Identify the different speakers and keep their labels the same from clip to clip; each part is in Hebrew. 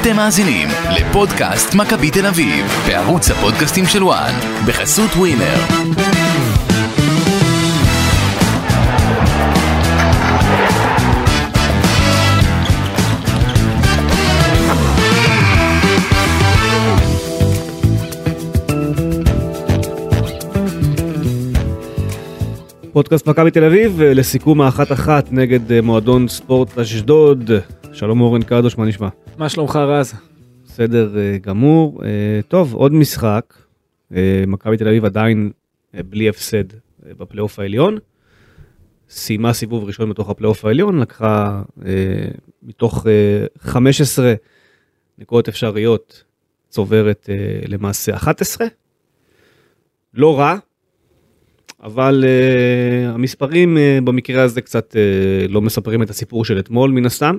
Speaker 1: אתם מאזינים לפודקאסט מכבי תל אביב, בערוץ הפודקאסטים של וואן, בחסות ווינר.
Speaker 2: פודקאסט מכבי תל אביב, לסיכום 1-1 נגד מועדון ספורט אשדוד. שלום אורן קדוש, מה נשמע?
Speaker 3: מה שלומך רז?
Speaker 2: בסדר גמור. טוב, עוד משחק. מכבי תל אביב עדיין בלי הפסד בפלייאוף העליון. סיימה סיבוב ראשון בתוך הפלייאוף העליון, לקחה מתוך 15 נקודות אפשריות, צוברת למעשה 11. לא רע. אבל המספרים במקרה הזה קצת לא מספרים את הסיפור של אתמול מן הסתם.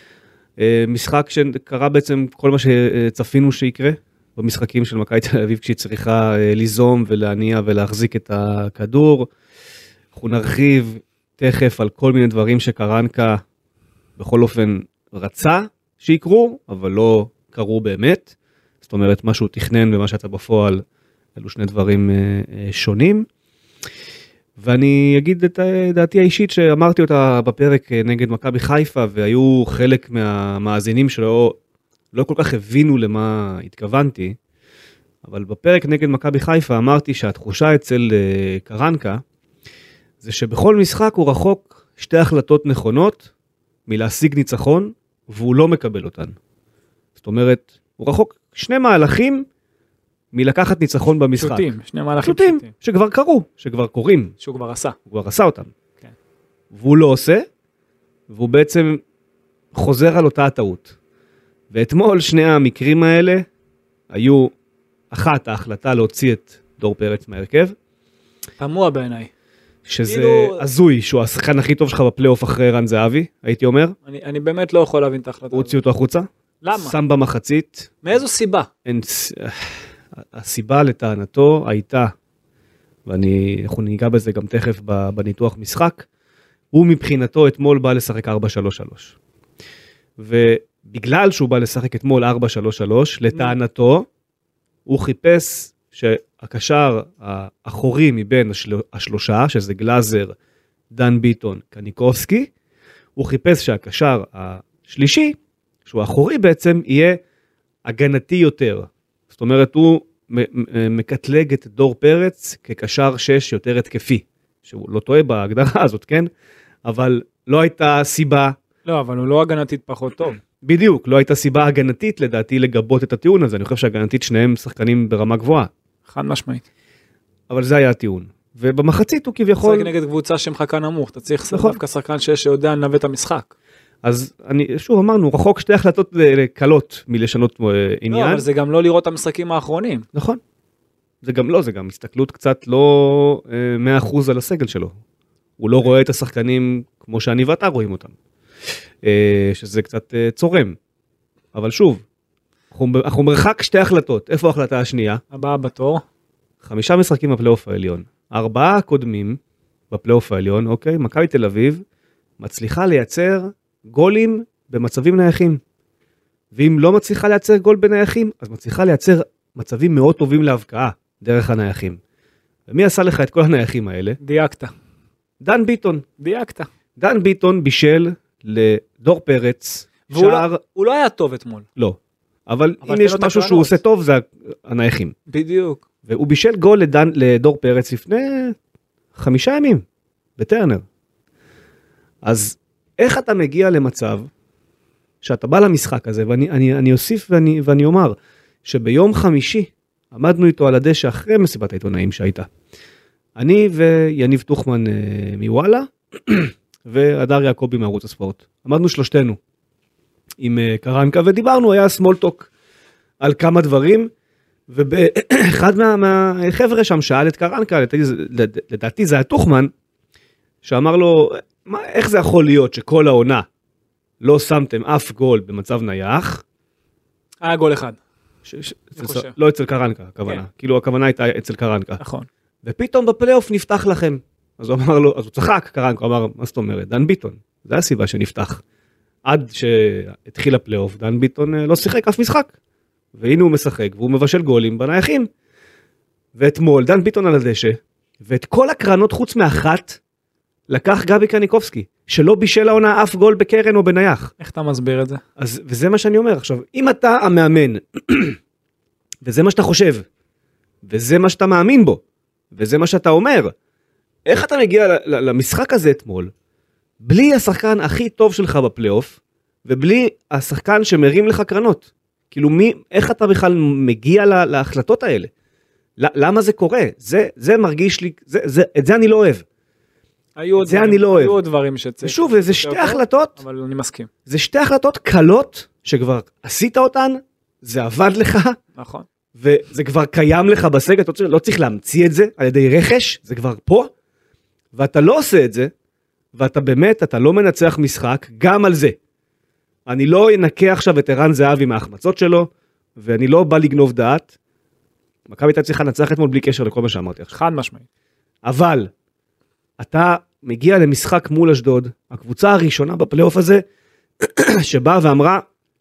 Speaker 2: משחק שקרה בעצם כל מה שצפינו שיקרה במשחקים של מכבי תל אביב, כשהיא צריכה ליזום ולהניע ולהחזיק את הכדור. אנחנו נרחיב תכף על כל מיני דברים שקרנקה בכל אופן רצה שיקרו, אבל לא קרו באמת. זאת אומרת, מה שהוא תכנן ומה שיצא בפועל, אלו שני דברים שונים. ואני אגיד את דעתי האישית שאמרתי אותה בפרק נגד מכבי חיפה, והיו חלק מהמאזינים שלא לא כל כך הבינו למה התכוונתי, אבל בפרק נגד מכבי חיפה אמרתי שהתחושה אצל קרנקה, זה שבכל משחק הוא רחוק שתי החלטות נכונות מלהשיג ניצחון, והוא לא מקבל אותן. זאת אומרת, הוא רחוק שני מהלכים, מלקחת ניצחון במשחק.
Speaker 3: שני מהלכים פשוטים.
Speaker 2: שכבר קרו, שכבר קורים.
Speaker 3: שהוא כבר עשה.
Speaker 2: הוא כבר עשה אותם.
Speaker 3: כן.
Speaker 2: והוא לא עושה, והוא בעצם חוזר על אותה הטעות. ואתמול שני המקרים האלה, היו אחת ההחלטה להוציא את דור פרץ מהרכב.
Speaker 3: תמוה בעיניי.
Speaker 2: שזה הזוי, שהוא השחקן הכי טוב שלך בפלייאוף אחרי רן זהבי, הייתי אומר.
Speaker 3: אני באמת לא יכול להבין את ההחלטה.
Speaker 2: הוא הוציא אותו החוצה.
Speaker 3: למה?
Speaker 2: שם במחצית.
Speaker 3: מאיזו סיבה?
Speaker 2: הסיבה לטענתו הייתה, ואנחנו ניגע בזה גם תכף בניתוח משחק, הוא מבחינתו אתמול בא לשחק 4-3-3. ובגלל שהוא בא לשחק אתמול 4-3-3, לטענתו, הוא חיפש שהקשר האחורי מבין השלושה, שזה גלאזר, דן ביטון, קניקובסקי, הוא חיפש שהקשר השלישי, שהוא האחורי בעצם, יהיה הגנתי יותר. זאת אומרת, הוא מקטלג את דור פרץ כקשר 6 יותר התקפי, שהוא לא טועה בהגדרה הזאת, כן? אבל לא הייתה סיבה...
Speaker 3: לא, אבל הוא לא הגנתית פחות טוב.
Speaker 2: בדיוק, לא הייתה סיבה הגנתית לדעתי לגבות את הטיעון הזה, אני חושב שהגנתית שניהם שחקנים ברמה גבוהה.
Speaker 3: חד משמעית.
Speaker 2: אבל זה היה הטיעון. ובמחצית הוא כביכול...
Speaker 3: שחק נגד קבוצה שמחכה נמוך, אתה צריך דווקא שחקן שיודע לנווט את המשחק.
Speaker 2: אז שוב אמרנו, רחוק שתי החלטות קלות מלשנות עניין.
Speaker 3: לא, אבל זה גם לא לראות את המשחקים האחרונים.
Speaker 2: נכון. זה גם לא, זה גם הסתכלות קצת לא 100% על הסגל שלו. הוא לא רואה את השחקנים כמו שאני ואתה רואים אותם. שזה קצת צורם. אבל שוב, אנחנו מרחק שתי החלטות. איפה ההחלטה השנייה?
Speaker 3: הבאה בתור.
Speaker 2: 5 משחקים בפלייאוף העליון. 4 קודמים בפלייאוף העליון, אוקיי? מכבי תל אביב מצליחה לייצר גולים במצבים נייחים. ואם לא מצליחה לייצר גול בנייחים, אז מצליחה לייצר מצבים מאוד טובים להבקעה דרך הנייחים. ומי עשה לך את כל הנייחים האלה?
Speaker 3: דייקת.
Speaker 2: דן ביטון.
Speaker 3: דייקת.
Speaker 2: דן ביטון בישל לדור פרץ.
Speaker 3: הוא לא היה טוב אתמול.
Speaker 2: לא. אבל אם יש משהו שהוא עושה טוב, זה הנייחים.
Speaker 3: בדיוק.
Speaker 2: והוא בישל גול לדור פרץ לפני 5 ימים, בטרנר. אז איך אתה מגיע למצב שאתה בא למשחק הזה, ואני אוסיף ואני אומר, שביום חמישי עמדנו איתו על הדשא אחרי מסיבת העיתונאים שהייתה. אני ויניב תוכמן מוואלה, והדר יעקובי מערוץ הספורט. עמדנו שלושתנו עם קרנקה, ודיברנו, היה סמולטוק על כמה דברים, ואחד מהחבר'ה שם שאל את קרנקה, לדעתי זה היה תוכמן, שאמר לו, איך זה יכול להיות שכל העונה לא שמתם אף גול במצב נייח?
Speaker 3: היה גול אחד.
Speaker 2: לא אצל קרנקה, הכוונה. כאילו הכוונה הייתה אצל קרנקה.
Speaker 3: נכון.
Speaker 2: ופתאום בפלייאוף נפתח לכם. אז הוא אמר לו, אז הוא צחק, קרנקה, הוא אמר, מה זאת אומרת? דן ביטון. זה הסיבה שנפתח. עד שהתחיל הפלייאוף, דן ביטון לא שיחק אף משחק. והנה הוא משחק, והוא מבשל גולים בנייחים. ואתמול, דן ביטון על הדשא, ואת כל הקרנות חוץ מאחת, לקח גבי קניקובסקי, שלא בישל העונה אף גול בקרן או בנייח.
Speaker 3: איך אתה מסביר את זה?
Speaker 2: וזה מה שאני אומר. עכשיו, אם אתה המאמן, וזה מה שאתה חושב, וזה מה שאתה מאמין בו, וזה מה שאתה אומר, איך אתה מגיע למשחק הזה אתמול, בלי השחקן הכי טוב שלך בפלייאוף, ובלי השחקן שמרים לך קרנות? כאילו איך אתה בכלל מגיע להחלטות האלה? למה זה קורה? זה מרגיש לי, את זה אני לא אוהב. זה אני לא אוהב.
Speaker 3: היו עוד דברים שצריך.
Speaker 2: ושוב, זה שתי החלטות.
Speaker 3: אבל אני מסכים.
Speaker 2: זה שתי החלטות קלות, שכבר עשית אותן, זה עבד לך.
Speaker 3: נכון.
Speaker 2: וזה כבר קיים לך בסגל, לא צריך להמציא את זה על ידי רכש, זה כבר פה. ואתה לא עושה את זה, ואתה באמת, אתה לא מנצח משחק, גם על זה. אני לא אנקה עכשיו את ערן זהבי מההחמצות שלו, ואני לא בא לגנוב דעת. מכבי הייתה צריכה לנצח אתמול בלי קשר לכל מה שאמרתי עכשיו.
Speaker 3: חד משמעי.
Speaker 2: אבל, אתה מגיע למשחק מול אשדוד, הקבוצה הראשונה בפלייאוף הזה, שבאה ואמרה,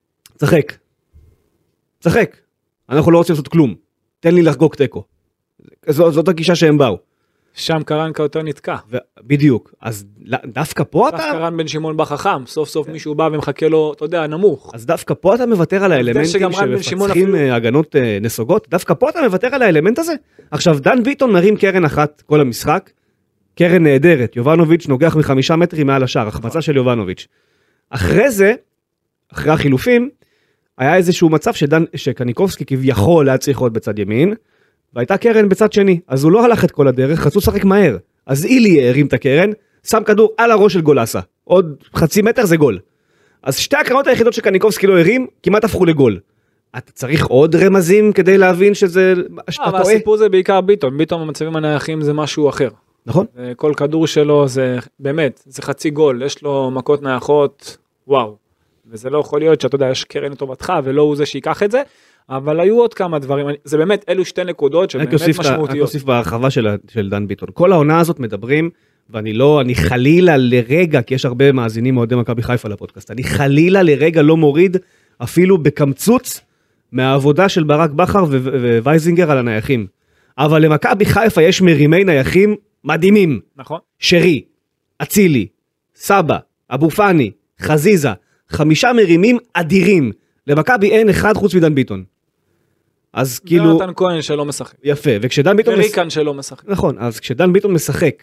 Speaker 2: צחק, אנחנו לא רוצים לעשות כלום, תן לי לחגוג טקו. זאת הגישה שהם באו.
Speaker 3: שם קרנקה יותר נתקע.
Speaker 2: בדיוק, אז דווקא פה אתה...
Speaker 3: קרן בן שמעון בחכם, סוף סוף מישהו בא ומחכה לו, אתה יודע, נמוך.
Speaker 2: אז דווקא פה אתה מוותר על האלמנטים שמפצחים הגנות נסוגות, דווקא פה אתה מוותר על האלמנט הזה. עכשיו, דן ביטון מרים קרן אחת כל המשחק, קרן נהדרת, יובנוביץ' נוגח מ5 מטרים מעל השאר, החמצה של יובנוביץ'. אחרי זה, אחרי החילופים, היה איזשהו מצב שקניקובסקי כביכול היה צריך עוד בצד ימין, והייתה קרן בצד שני, אז הוא לא הלך את כל הדרך, רצו לשחק מהר. אז אילי הרים את הקרן, שם כדור על הראש של גולסה, עוד 0.5 מטר זה גול. אז שתי הקרנות היחידות שקניקובסקי לא הרים, כמעט הפכו לגול. אתה צריך עוד רמזים כדי להבין שזה...
Speaker 3: אבל הסיפור זה בעיקר ביטון, ביטון במצבים הנייחים זה משהו אחר.
Speaker 2: נכון.
Speaker 3: כל כדור שלו זה באמת, זה חצי גול, יש לו מכות נייחות, וואו. וזה לא יכול להיות שאתה יודע, יש קרן לטובתך, ולא הוא זה שיקח את זה, אבל היו עוד כמה דברים, זה באמת, אלו שתי נקודות שבאמת משמעותיות.
Speaker 2: אני אוסיף בהרחבה של דן ביטון. כל העונה הזאת מדברים, אני חלילה לרגע, כי יש הרבה מאזינים מאוהדי מכבי חיפה לפודקאסט, אני חלילה לרגע לא מוריד, אפילו בקמצוץ, מהעבודה של ברק בכר ווייזינגר על הנייחים. אבל למכבי חיפה יש מרימי נייחים מדהימים.
Speaker 3: נכון.
Speaker 2: שרי, אצילי, סבא, אבו פני, חזיזה, 5 מרימים אדירים. למכבי אין אחד חוץ מדן ביטון. אז כאילו...
Speaker 3: יונתן כהן שלא משחק.
Speaker 2: יפה, וכשדן ביטון...
Speaker 3: וריקן שלא משחק.
Speaker 2: נכון, אז כשדן ביטון משחק,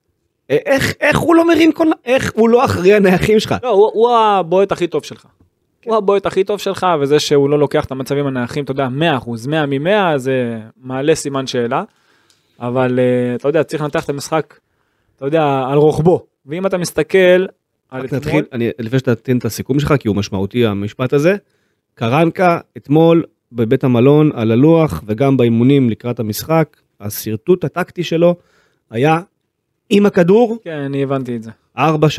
Speaker 2: איך הוא לא מרים כל... איך הוא לא אחרי הנייחים שלך?
Speaker 3: לא, הוא הבועט הכי טוב שלך. הוא הבועט הכי טוב שלך, וזה שהוא לא לוקח את המצבים הנייחים, אתה יודע, 100%, 100 מ-100, זה מעלה סימן שאלה. אבל אתה יודע, צריך לנתח את המשחק, אתה יודע, על רוחבו. ואם אתה מסתכל...
Speaker 2: נתחיל, לפני שאתה תתן את הסיכום שלך, כי הוא משמעותי המשפט הזה, קרנקה אתמול בבית המלון על הלוח, וגם באימונים לקראת המשחק, הסרטוט הטקטי שלו היה עם הכדור.
Speaker 3: כן, אני הבנתי את זה.
Speaker 2: 4-3-3.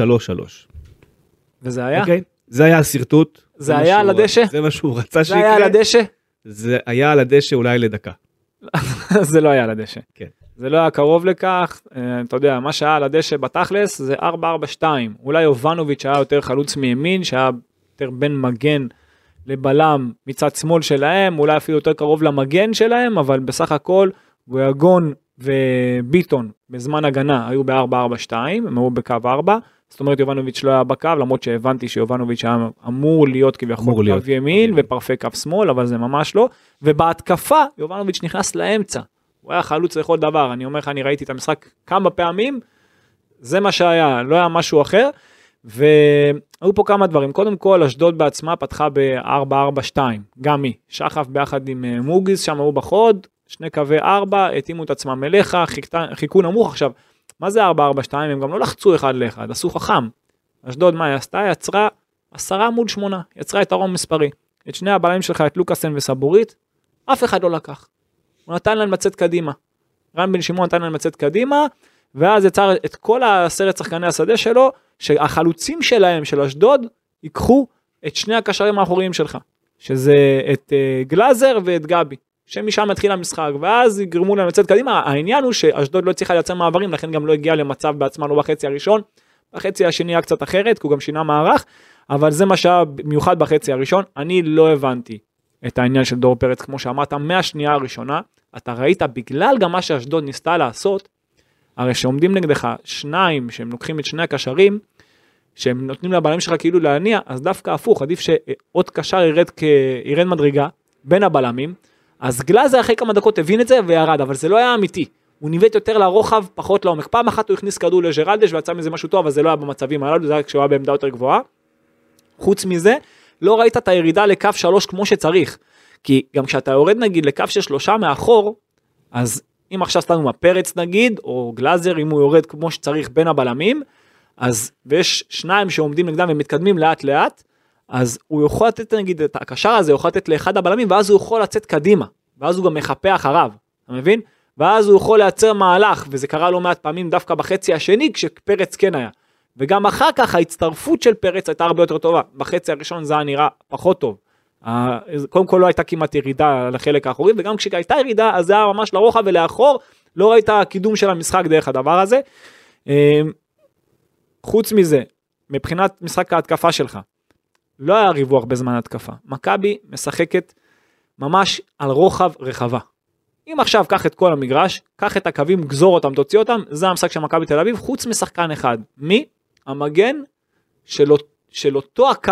Speaker 3: וזה היה?
Speaker 2: אוקיי? זה היה הסרטוט.
Speaker 3: זה היה על הדשא?
Speaker 2: זה מה שהוא רצה שיקרה.
Speaker 3: זה היה על הדשא? זה
Speaker 2: היה על הדשא אולי לדקה.
Speaker 3: זה לא היה על הדשא.
Speaker 2: כן.
Speaker 3: זה לא היה קרוב לכך, אתה יודע, מה שהיה על הדשא בתכלס זה 4-4-2, אולי יובנוביץ' היה יותר חלוץ מימין, שהיה יותר בין מגן לבלם מצד שמאל שלהם, אולי אפילו יותר קרוב למגן שלהם, אבל בסך הכל גויגון וביטון בזמן הגנה היו ב-4-4-2, הם היו בקו 4, זאת אומרת יובנוביץ' לא היה בקו, למרות שהבנתי שיובנוביץ' היה אמור להיות כביכול קו ימין ופרפי קו שמאל, אבל זה ממש לא, ובהתקפה יובנוביץ' נכנס לאמצע, הוא היה חלוץ לכל דבר, אני אומר לך, אני ראיתי את המשחק כמה פעמים, זה מה שהיה, לא היה משהו אחר, והיו פה כמה דברים, קודם כל, אשדוד בעצמה פתחה ב-4-4-2, גם היא, שחף ביחד עם מוגיס, שם היו בחוד, 2 קווי 4, התאימו את עצמם אליך, חיכו נמוך עכשיו, מה זה 4-4-2? הם גם לא לחצו אחד לאחד, עשו חכם, אשדוד מה היא עשתה? יצרה 10 מול 8, יצרה יתרון מספרי, את שני הבלמים שלך, את לוקאסן וסבורית, אף אחד לא לקח. הוא נתן להם לצאת קדימה. רן בן שמעון נתן להם לצאת קדימה, ואז יצר את כל הסרט שחקני השדה שלו, שהחלוצים שלהם, של אשדוד, ייקחו את שני הקשרים האחוריים שלך, שזה את גלאזר ואת גבי, שמשם התחיל המשחק, ואז יגרמו להם לצאת קדימה. העניין הוא שאשדוד לא צריכה לייצר מעברים, לכן גם לא הגיע למצב בעצמה, לא בחצי הראשון, בחצי השני היה קצת אחרת, כי הוא גם שינה מערך, אבל זה מה שהיה מיוחד בחצי הראשון, אני לא הבנתי את העניין של דור פרץ, כמו שאמרת, מהשנייה הראשונה, אתה ראית בגלל גם מה שאשדוד ניסתה לעשות, הרי שעומדים נגדך שניים, שהם לוקחים את שני הקשרים, שהם נותנים לבעלים שלך כאילו להניע, אז דווקא הפוך, עדיף שעוד קשר ירד מדרגה, בין הבלמים, אז גלאזר אחרי כמה דקות הבין את זה וירד, אבל זה לא היה אמיתי, הוא ניווט יותר לרוחב, פחות לעומק, פעם אחת הוא הכניס כדור לג'רלדש, ויצא מזה משהו טוב, אבל זה לא היה במצבים הללו, זה היה כשהוא היה בעמדה יותר גבוהה, חוץ מזה, לא ראית את הירידה לקו 3 כמו שצריך, כי גם כשאתה יורד נגיד לקו של 3 מאחור, אז אם עכשיו סתנו פרץ נגיד, או גלאזר, אם הוא יורד כמו שצריך בין הבלמים, אז ויש שניים שעומדים נגדם ומתקדמים לאט לאט, אז הוא יכול לתת נגיד את הקשר הזה, הוא יכול לתת לאחד הבלמים, ואז הוא יכול לצאת קדימה, ואז הוא גם מחפה אחריו, אתה מבין? ואז הוא יכול לייצר מהלך, וזה קרה לא מעט פעמים דווקא בחצי השני, כשפרץ כן היה. וגם אחר כך ההצטרפות של פרץ הייתה הרבה יותר טובה, בחצי הראשון זה היה נראה פחות טוב. קודם כל לא הייתה כמעט ירידה לחלק האחורי, וגם כשהייתה ירידה, אז זה היה ממש לרוחב ולאחור, לא ראית קידום של המשחק דרך הדבר הזה. חוץ מזה, מבחינת משחק ההתקפה שלך, לא היה ריווח בזמן התקפה. מכבי משחקת ממש על רוחב רחבה. אם עכשיו קח את כל המגרש, קח את הקווים, גזור אותם, תוציא אותם, זה המשחק של מכבי תל אביב, חוץ משחקן אחד. מי? המגן של אותו הקו,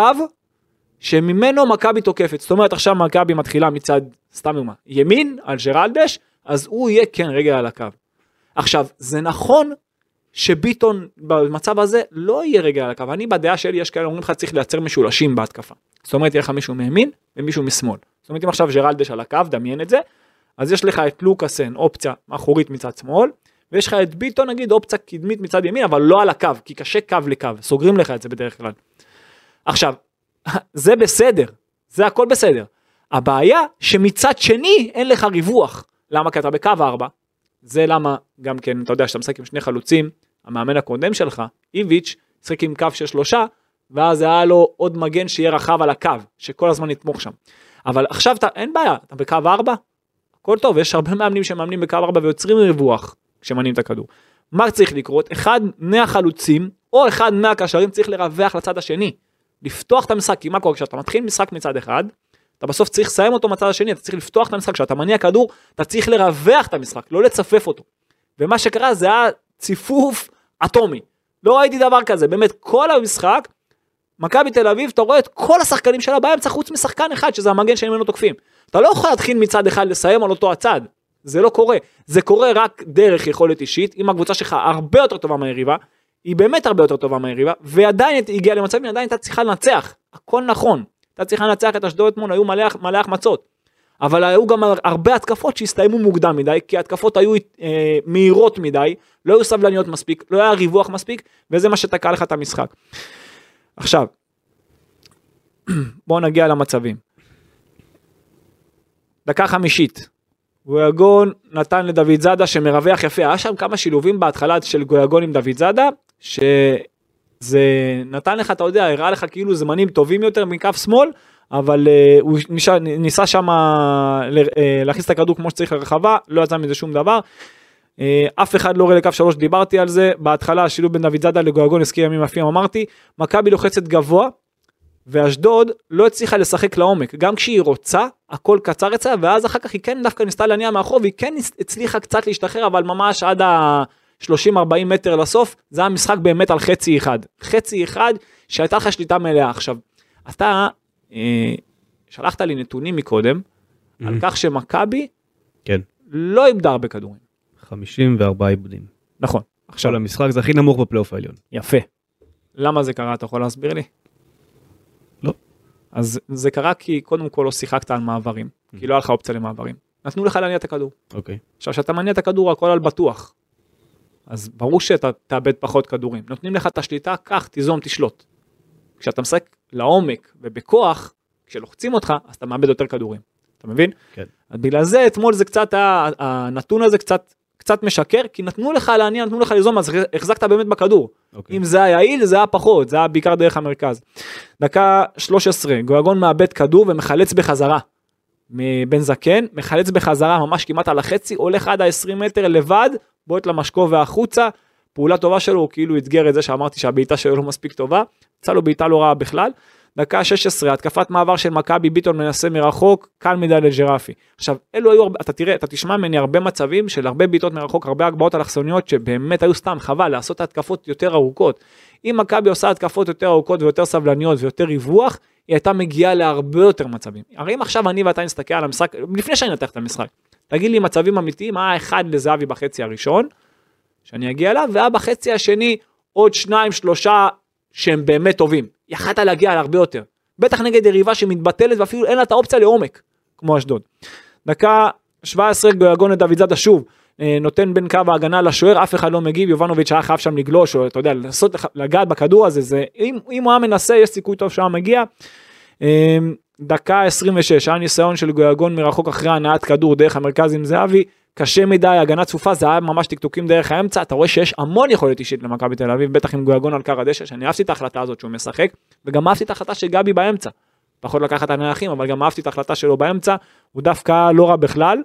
Speaker 3: שממנו מכבי תוקפת. זאת אומרת, עכשיו מכבי מתחילה מצד, סתם דוגמה, ימין על ג'רלדש, אז הוא יהיה כן רגע על הקו. עכשיו, זה נכון שביטון במצב הזה לא יהיה רגע על הקו. אני בדעה שלי, יש כאלה אומרים לך, צריך לייצר משולשים בהתקפה. זאת אומרת, יהיה לך מישהו מימין ומישהו משמאל. זאת אומרת, אם עכשיו ג'רלדש על הקו, דמיין את זה, אז יש לך את לוקאסן, אופציה אחורית מצד שמאל, ויש לך את ביטון, נגיד, אופציה קדמית מצד ימין, אבל לא על הקו, כי קשה קו לקו, סוגרים לך את זה בדרך כלל. עכשיו, זה בסדר, זה הכל בסדר. הבעיה שמצד שני אין לך ריווח. למה? כי אתה בקו 4, זה למה גם כן, אתה יודע, שאתה משחק עם שני חלוצים, המאמן הקודם שלך, איביץ', משחק עם קו של 3, ואז היה לו עוד מגן שיהיה רחב על הקו, שכל הזמן יתמוך שם. אבל עכשיו אין בעיה, אתה בקו 4, הכל טוב, יש הרבה מאמנים שמאמנים בקו 4 ויוצרים ריווח כשמנים את הכדור. מה צריך לקרות? אחד מהחלוצים, או אחד מהקשרים צריך לרווח לצד השני, לפתוח את המשחק, כי מה קורה? כשאתה מתחיל משחק מצד אחד, אתה בסוף צריך לסיים אותו מצד השני, אתה צריך לפתוח את המשחק, כשאתה מניע כדור, אתה צריך לרווח את המשחק, לא לצפף אותו. ומה שקרה זה היה ציפוף אטומי. לא ראיתי דבר כזה, באמת כל המשחק, מכבי תל אביב, אתה רואה את כל השחקנים שלה באמצע, חוץ משחקן אחד, שזה המגן שממנו תוקפים. אתה לא יכול להתחיל מצד אחד לסיים על אותו הצד, זה לא קורה. זה קורה רק דרך יכולת אישית, אם הקבוצה שלך הרבה יותר טובה מהיריבה, היא באמת הרבה יותר טובה מהיריבה, ועדיין הגיעה למצבים, עדיין אתה צריכה לנצח, הכל נכון, אתה צריכה לנצח את אשדוד אתמול, היו מלא החמצות, אבל היו גם הרבה התקפות שהסתיימו מוקדם מדי, כי ההתקפות היו מהירות מדי, לא היו סבלניות מספיק, לא היה ריווח מספיק, וזה מה שתקע לך את המשחק. עכשיו, בואו נגיע למצבים. דקה 50, גויגון נתן לדוד זאדה שמרווח יפה, היה שם כמה שילובים בהתחלה של גויגון עם דוד זאדה, שזה נתן לך, אתה יודע, הראה לך כאילו זמנים טובים יותר מכף שמאל, אבל הוא ניסה שם להכניס את הכדור כמו שצריך לרחבה, לא יצא מזה שום דבר, אף אחד לא ראה לקו 3, דיברתי על זה, בהתחלה השילוב בין דוד זאדה לגויגון הזכיר ימים יפים, אמרתי, מכבי לוחצת גבוה, ואשדוד לא הצליחה לשחק לעומק, גם כשהיא רוצה, הכל קצר אצלה, ואז אחר כך היא כן דווקא ניסתה להניע מאחור, והיא כן הצליחה קצת להשתחרר, אבל ממש עד ה-30-40 מטר לסוף, זה היה משחק באמת על חצי אחד. חצי אחד שהייתה לך שליטה מלאה. עכשיו, אתה שלחת לי נתונים מקודם, על כך שמכבי לא איבדה הרבה כדורים.
Speaker 2: 54 איבודים.
Speaker 3: נכון.
Speaker 2: עכשיו המשחק זה הכי נמוך בפלייאוף העליון.
Speaker 3: יפה. למה זה קרה? אתה יכול להסביר לי?
Speaker 2: לא.
Speaker 3: אז זה קרה כי קודם כל לא שיחקת על מעברים, כי לא היה לך אופציה למעברים. נתנו לך להניע את הכדור.
Speaker 2: אוקיי.
Speaker 3: עכשיו, שאתה מניע את הכדור, הכל על בטוח. אז ברור שאתה תאבד פחות כדורים. נותנים לך את השליטה, כך, תיזום, תשלוט. כשאתה משחק לעומק ובכוח, כשלוחצים אותך, אז אתה מאבד יותר כדורים. אתה מבין?
Speaker 2: כן.
Speaker 3: אז בגלל זה, אתמול זה קצת, הנתון הזה קצת משקר, כי נתנו לך להניע, נתנו לך ליזום, אז החזקת באמת בכדור.
Speaker 2: אוקיי.
Speaker 3: אם זה היה יעיל, זה היה פחות, זה היה בעיקר דרך המרכז. דקה 13, גויגון מאבד כדור ומחלץ בחזרה. מבן זקן, מחלץ בחזרה ממש כמעט על החצי, הולך עד ה-20 מטר לבד, בועט למשקוף והחוצה, פעולה טובה שלו, הוא כאילו התגר את זה שאמרתי שהבעיטה שלו לא מספיק טובה, יצא לו בעיטה לא רעה בכלל, דקה 16, התקפת מעבר של מכבי, ביטון מנסה מרחוק, קל מדי לג'רפי. עכשיו, אלו היו, אתה תראה, אתה תשמע ממני הרבה מצבים של הרבה בעיטות מרחוק, הרבה הגבהות אלכסוניות שבאמת היו סתם חבל לעשות התקפות יותר ארוכות. אם מכבי עושה התקפות יותר ארוכות ויותר סבלניות ויותר ריווח, היא הייתה מגיעה להרבה יותר מצבים. הרי אם עכשיו אני ואתה נסתכל על המשחק, לפני שאני נתח את המשחק, תגיד לי מצבים אמיתיים, אחד לזהבי בחצי הראשון, שאני אגיע אליו, בחצי השני עוד 2-3 שהם באמת טובים. יכלת להגיע להרבה יותר. בטח נגד יריבה שמתבטלת ואפילו אין לה את האופציה לעומק, כמו אשדוד. דקה 17 גויגון לדוד זאדה שוב, נותן בין קו ההגנה לשוער, אף אחד לא מגיב, יובנוביץ' היה חייב שם לגלוש, או אתה יודע, לגעת בכדור הזה, אם הוא היה מנסה, יש סיכוי טוב שהוא מגיע. דקה 26, היה ניסיון של גויגון מרחוק אחרי הנעת כדור דרך המרכז עם זהבי, קשה מדי, הגנה צפופה, זה היה ממש טקטוקים דרך האמצע, אתה רואה שיש המון יכולת אישית למכבי תל אביב, בטח עם גויגון על קר הדשא, שאני אהבתי את ההחלטה הזאת שהוא משחק, וגם אהבתי את ההחלטה של גבי באמצע, פחות לקחת הנייחים, אבל גם אהבתי את ההחלטה שלו באמצע, הוא דווקא לא רע בכלל.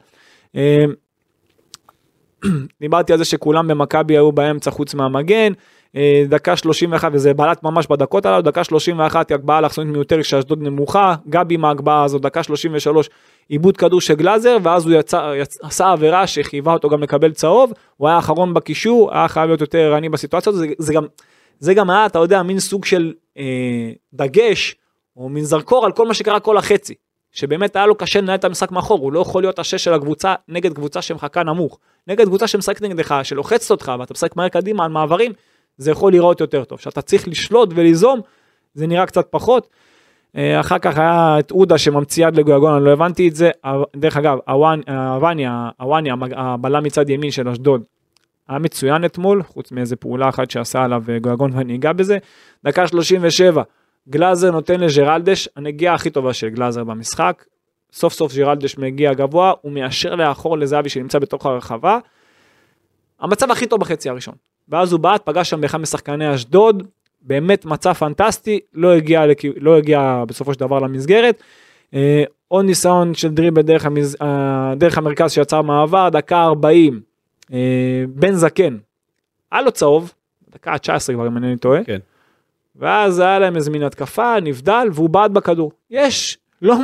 Speaker 3: דיברתי על זה שכולם במכבי היו באמצע חוץ מהמגן, דקה 31, וזה בעלת ממש בדקות עליו, דקה 31 היא הגבהה אלכסונית מיותרת שאשדוד נמוכה, גבי מהגבהה הזאת, דקה 33, איבוד כדור של גלאזר, ואז הוא עשה עבירה שחייבה אותו גם לקבל צהוב, הוא היה האחרון בקישור, היה חייב להיות יותר ערני בסיטואציה הזאת, זה גם היה, אתה יודע, מין סוג של דגש, או מין זרקור על כל מה שקרה כל החצי, שבאמת היה לו קשה לנהל את המשחק מאחור, הוא לא יכול להיות השש של הקבוצה נגד קבוצה שמחכה נמוך, נגד קבוצה שמשחקת נגדך, שלוחצת אותך, ואתה משחק מהר קדימה על מעברים, זה יכול לראות יותר טוב, שאתה צריך לשלוט וליזום, זה נראה קצת פחות, אחר כך היה את אודה שממציא יד לגויגון, אני לא הבנתי את זה, דרך אגב, הוואניה, הבלם מצד ימין של אשדוד, היה מצוין אתמול, חוץ מאיזה פעולה אחת שעשה עליו גויגון ואני אגע בזה, דקה 37, גלאזר נותן לג'רלדש, הנגיעה הכי טובה של גלאזר במשחק, סוף סוף ג'רלדש מגיע גבוה, הוא מיישר לאחור לזהבי שנמצא בתוך הרחבה, המצב הכי טוב בחצי הראשון, ואז הוא בעט, פגש שם באחד משחקני אשדוד, באמת מצב פנטסטי, לא הגיע בסופו של דבר למסגרת, עוד ניסיון של דריבל דרך המרכז שיצר מעבר, דקה 40, בן זקן, היה לו צהוב, דקה 19 כבר אם אני טועה,
Speaker 2: כן.
Speaker 3: ואז היה להם איזה מין התקפה, נבדל, והוא בעט בכדור. יש לא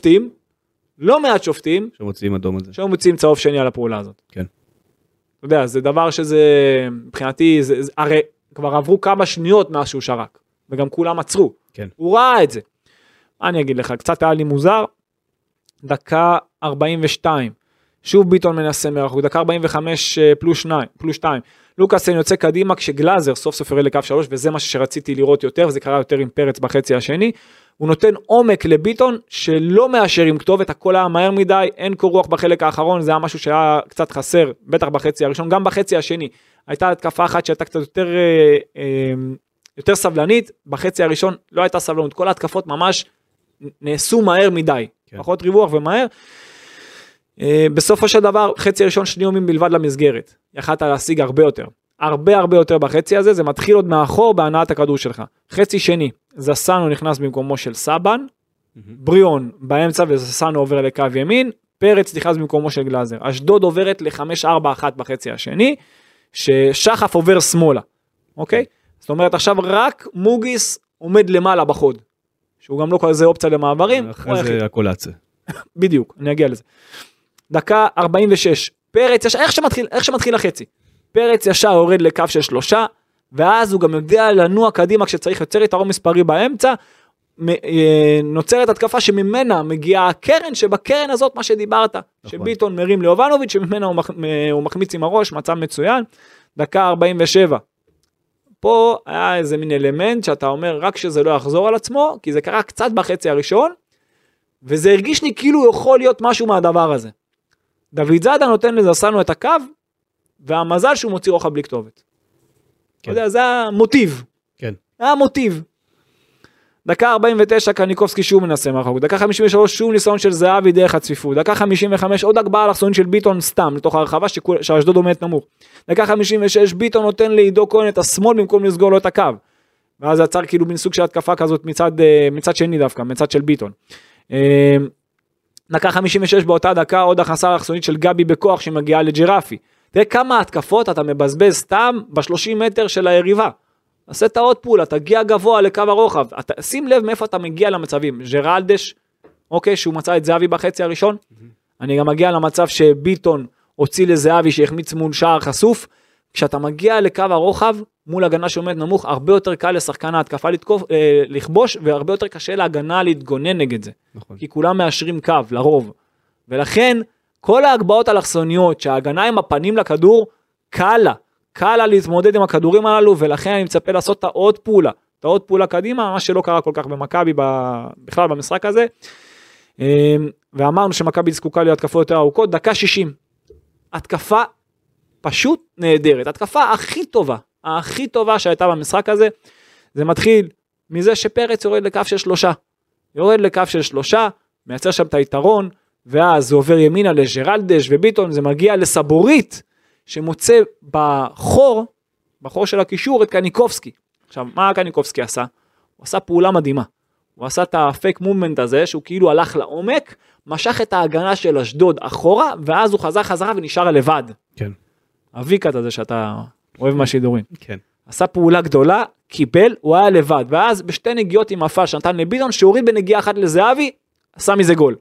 Speaker 3: מעט שופטים,
Speaker 2: שמוציאים אדום על זה.
Speaker 3: שמוציאים צהוב שני על הפעולה הזאת.
Speaker 2: כן.
Speaker 3: אתה יודע, זה דבר שזה, מבחינתי, הרי כבר עברו כמה שניות מאז שהוא שרק, וגם כולם עצרו.
Speaker 2: כן.
Speaker 3: הוא ראה את זה. אני אגיד לך, קצת היה לי מוזר, דקה 42, שוב ביטון מנסה מרחוק, דקה 45 פלוס 2, לוקאסן יוצא קדימה כשגלאזר סוף סוף יורד לקו 3, וזה מה שרציתי לראות יותר, וזה קרה יותר עם פרץ בחצי השני, הוא נותן עומק לביטון, שלא מאשר עם כתובת, הכל היה מהר מדי, אין קור רוח בחלק האחרון, זה היה משהו שהיה קצת חסר, בטח בחצי הראשון, גם בחצי השני, הייתה התקפה אחת שהייתה קצת יותר סבלנית, בחצי הראשון לא הייתה סבלנות, כל ההתקפות ממש נעשו מהר מדי, כן. פחות ריווח ומהר, בסופו של דבר, חצי הראשון 2 יומים בלבד למסגרת, יכלת להשיג הרבה יותר בחצי הזה, זה מתחיל עוד מאחור בהנעת הכדור שלך, חצי שני, זסנו נכנס במקומו של סבן, בריאון באמצע וזסנו עובר לקו ימין, פרץ נכנס במקומו של גלאזר, אשדוד עוברת ל-5-4-1 בחצי השני, ששחף עובר שמאלה, אוקיי? זאת אומרת עכשיו רק מוגיס עומד למעלה בחוד, שהוא גם לא כזה אופציה למעברים,
Speaker 2: אחרי זה הקולציה.
Speaker 3: בדיוק, אני אגיע לזה. דקה 46, פרץ, איך שמתחיל החצי, פרץ ישר יורד לקו של 3, ואז הוא גם יודע לנוע קדימה כשצריך יוצר יתרון מספרי באמצע, נוצרת התקפה שממנה מגיעה הקרן, שבקרן הזאת מה שדיברת, נכון. שביטון מרים ליובנוביץ' שממנה הוא מחמיץ עם הראש, מצב מצוין, דקה 47, פה היה איזה מין אלמנט שאתה אומר רק שזה לא יחזור על עצמו, כי זה קרה קצת בחצי הראשון, וזה הרגיש לי כאילו יכול להיות משהו מהדבר הזה. דוד זאדה נותן לזסנו את הקו, והמזל שהוא מוציא רוחב בלי כתובת. כן. אתה יודע, זה המוטיב.
Speaker 2: כן.
Speaker 3: המוטיב. דקה 49 קניקובסקי שוב מנסה מרחוק, דקה 53 שוב ניסיון של זהבי דרך הצפיפות, דקה 55 עוד הגבהה אלכסונית של ביטון סתם לתוך הרחבה שהאשדוד עומדת נמוך, דקה 56 ביטון נותן לעידו כהן את השמאל במקום לסגור לו את הקו, ואז זה עצר כאילו בין סוג של התקפה כזאת מצד שני דווקא, מצד של ביטון. דקה 56 באותה דקה עוד הכנסה אלכסונית של גבי בכוח שמגיעה לג'רפי, תראה כמה התקפות אתה מבזבז סתם ב-30 מטר של היריבה, עשה את העוד פעולה, תגיע גבוה לקו הרוחב, שים לב מאיפה אתה מגיע למצבים, ג'רלדש, אוקיי, שהוא מצא את זהבי בחצי הראשון, אני גם מגיע למצב שביטון הוציא לזהבי שהחמיץ מול שער חשוף, כשאתה מגיע לקו הרוחב, מול הגנה שעומד נמוך, הרבה יותר קל לשחקן ההתקפה לכבוש, והרבה יותר קשה להגנה להתגונן נגד זה.
Speaker 2: נכון.
Speaker 3: כי כולם מאשרים קו, לרוב. ולכן, כל ההגבהות האלכסוניות, שההגנה עם הפנים לכדור, קל לה להתמודד עם הכדורים הללו, ולכן אני מצפה לעשות את העוד פעולה. את העוד פעולה קדימה, מה שלא קרה כל כך במכבי, בכלל במשחק הזה. ואמרנו שמכבי זקוקה להתקפות יותר ארוכות, דקה 60. התקפה פשוט נהדרת. התקפה הכי טובה שהייתה במשחק הזה, זה מתחיל מזה שפרץ יורד לקו של 3, מייצר שם את היתרון, ואז זה עובר ימינה לג'רלדש וביטון, זה מגיע לסבורית, שמוצא בחור של הקישור את קניקובסקי. עכשיו, מה קניקובסקי עשה? הוא עשה פעולה מדהימה. הוא עשה את הפייק מומנט הזה, שהוא כאילו הלך לעומק, משך את ההגנה של אשדוד אחורה, ואז הוא חזרה ונשאר לבד.
Speaker 2: כן.
Speaker 3: הוויקט הזה שאתה אוהב מהשידורים.
Speaker 2: כן.
Speaker 3: עשה פעולה גדולה, קיבל, הוא היה לבד, ואז בשתי נגיעות עם הפל שנתן לביטון, שהוריד בנגיעה אחת לזהבי, עשה מזה גול.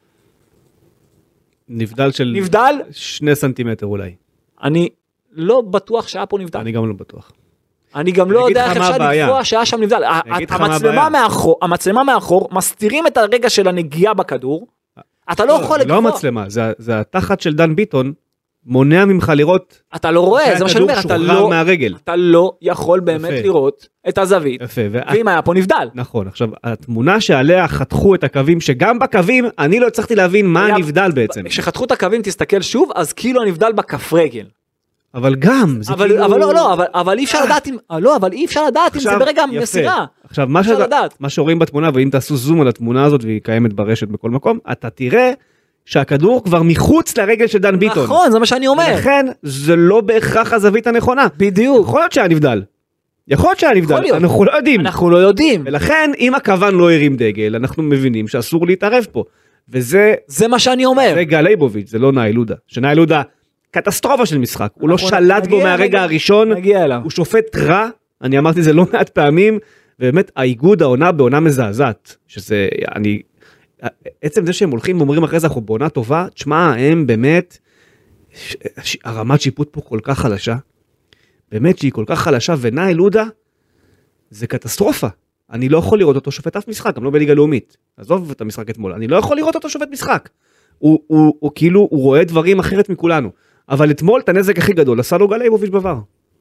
Speaker 2: נבדל של 2 סנטימטר אולי.
Speaker 3: אני לא בטוח שהיה פה נבדל.
Speaker 2: אני גם לא בטוח.
Speaker 3: אני גם לא יודע איך אפשר לקבוע שהיה שם נבדל. המצלמה מאחור, מסתירים את הרגע של הנגיעה בכדור, אתה לא יכול לקבוע.
Speaker 2: לא המצלמה, זה התחת של דן ביטון, מונע ממך לראות.
Speaker 3: אתה לא רואה, זה מה שאני אומר, אתה לא יכול באמת לראות את הזווית, ואם היה פה נבדל.
Speaker 2: נכון, עכשיו, התמונה שעליה חתכו את הקווים, שגם בקווים, אני לא הצלחתי להבין מה הנבדל בעצם.
Speaker 3: כשחתכו את הקווים, תסתכל שוב, אז כאילו הנבדל בכף רגל.
Speaker 2: אבל גם, זה כאילו...
Speaker 3: אבל אי אפשר לדעת אם זה ברגע מסירה.
Speaker 2: עכשיו, מה שרואים בתמונה, ואם תעשו זום על התמונה הזאת, והיא קיימת ברשת בכל מקום, אתה תראה שהכדור כבר מחוץ לרגל של דן ביטון.
Speaker 3: נכון, זה מה שאני אומר.
Speaker 2: ולכן, זה לא בהכרח הזווית הנכונה.
Speaker 3: בדיוק.
Speaker 2: יכול להיות שהיה נבדל. אנחנו לא יודעים. ולכן, אם הכוון לא הרים דגל, אנחנו מבינים שאסור להתערב פה. וזה...
Speaker 3: זה מה שאני אומר.
Speaker 2: זה גל ליבוביץ', זה לא נאי לודה. שנאי לודה, קטסטרופה של משחק. הוא לא שלט בו מהרגע הראשון. הוא שופט רע. אני אמרתי זה לא מעט פעמים. ובאמת, האיגוד העונה בעונה מזעזעת. שזה, עצם זה שהם הולכים ואומרים אחרי זה, אנחנו בעונה טובה, תשמע, הם באמת, הרמת שיפוט פה כל כך חלשה, באמת שהיא כל כך חלשה, ונאי לודה, זה קטסטרופה. אני לא יכול לראות אותו שופט אף משחק, גם לא בליגה לאומית. עזוב את המשחק אתמול, אני לא יכול לראות אותו שופט משחק. הוא כאילו, הוא רואה דברים אחרת מכולנו. אבל אתמול, את הנזק הכי גדול, עשה לו גל ליבוביץ' בעבר.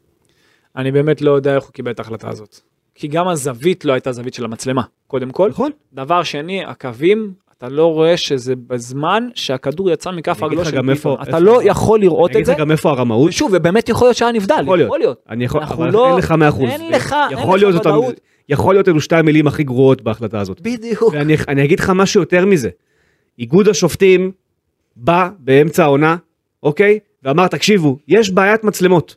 Speaker 3: אני באמת לא יודע איך הוא קיבל את ההחלטה הזאת. כי גם הזווית לא הייתה זווית של המצלמה, קודם כל.
Speaker 2: נכון.
Speaker 3: דבר שני, הקווים, אתה לא רואה שזה בזמן שהכדור יצא מכף רגלו של ביטון. אתה לא יכול לראות את זה.
Speaker 2: אני אגיד לך גם איפה הרמאות.
Speaker 3: ושוב, ובאמת יכול להיות שהיה נבדל. יכול להיות.
Speaker 2: אבל אין לך 100%.
Speaker 3: אין לך ודאות.
Speaker 2: יכול להיות אלו 2 מילים הכי גרועות בהחלטה הזאת.
Speaker 3: בדיוק.
Speaker 2: ואני אגיד לך משהו יותר מזה. איגוד השופטים בא באמצע העונה, אוקיי? ואמר, תקשיבו, יש בעיית מצלמות.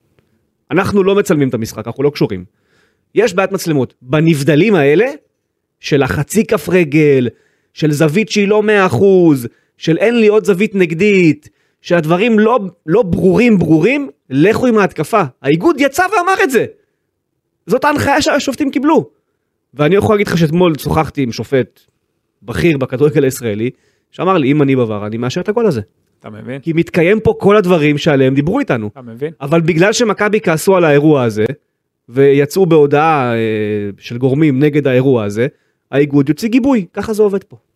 Speaker 2: אנחנו לא מצלמים את המשחק, אנחנו לא קשורים. יש בעיית מצלמות. בנבדלים האלה, של החצי כף רגל, של זווית שהיא לא 100%, של אין לי עוד זווית נגדית, שהדברים לא ברורים, לכו עם ההתקפה. האיגוד יצא ואמר את זה. זאת ההנחיה שהשופטים קיבלו. ואני יכול להגיד לך שאתמול שוחחתי עם שופט בכיר בכדורגל הישראלי, שאמר לי, אם אני בעבר, אני מאשר את הגול הזה.
Speaker 3: אתה מבין?
Speaker 2: כי מתקיים פה כל הדברים שעליהם דיברו איתנו.
Speaker 3: אתה מבין?
Speaker 2: אבל בגלל שמכבי כעסו על האירוע הזה, ויצאו בהודעה של גורמים נגד האירוע הזה, האיגוד יוציא גיבוי. ככה זה עובד פה.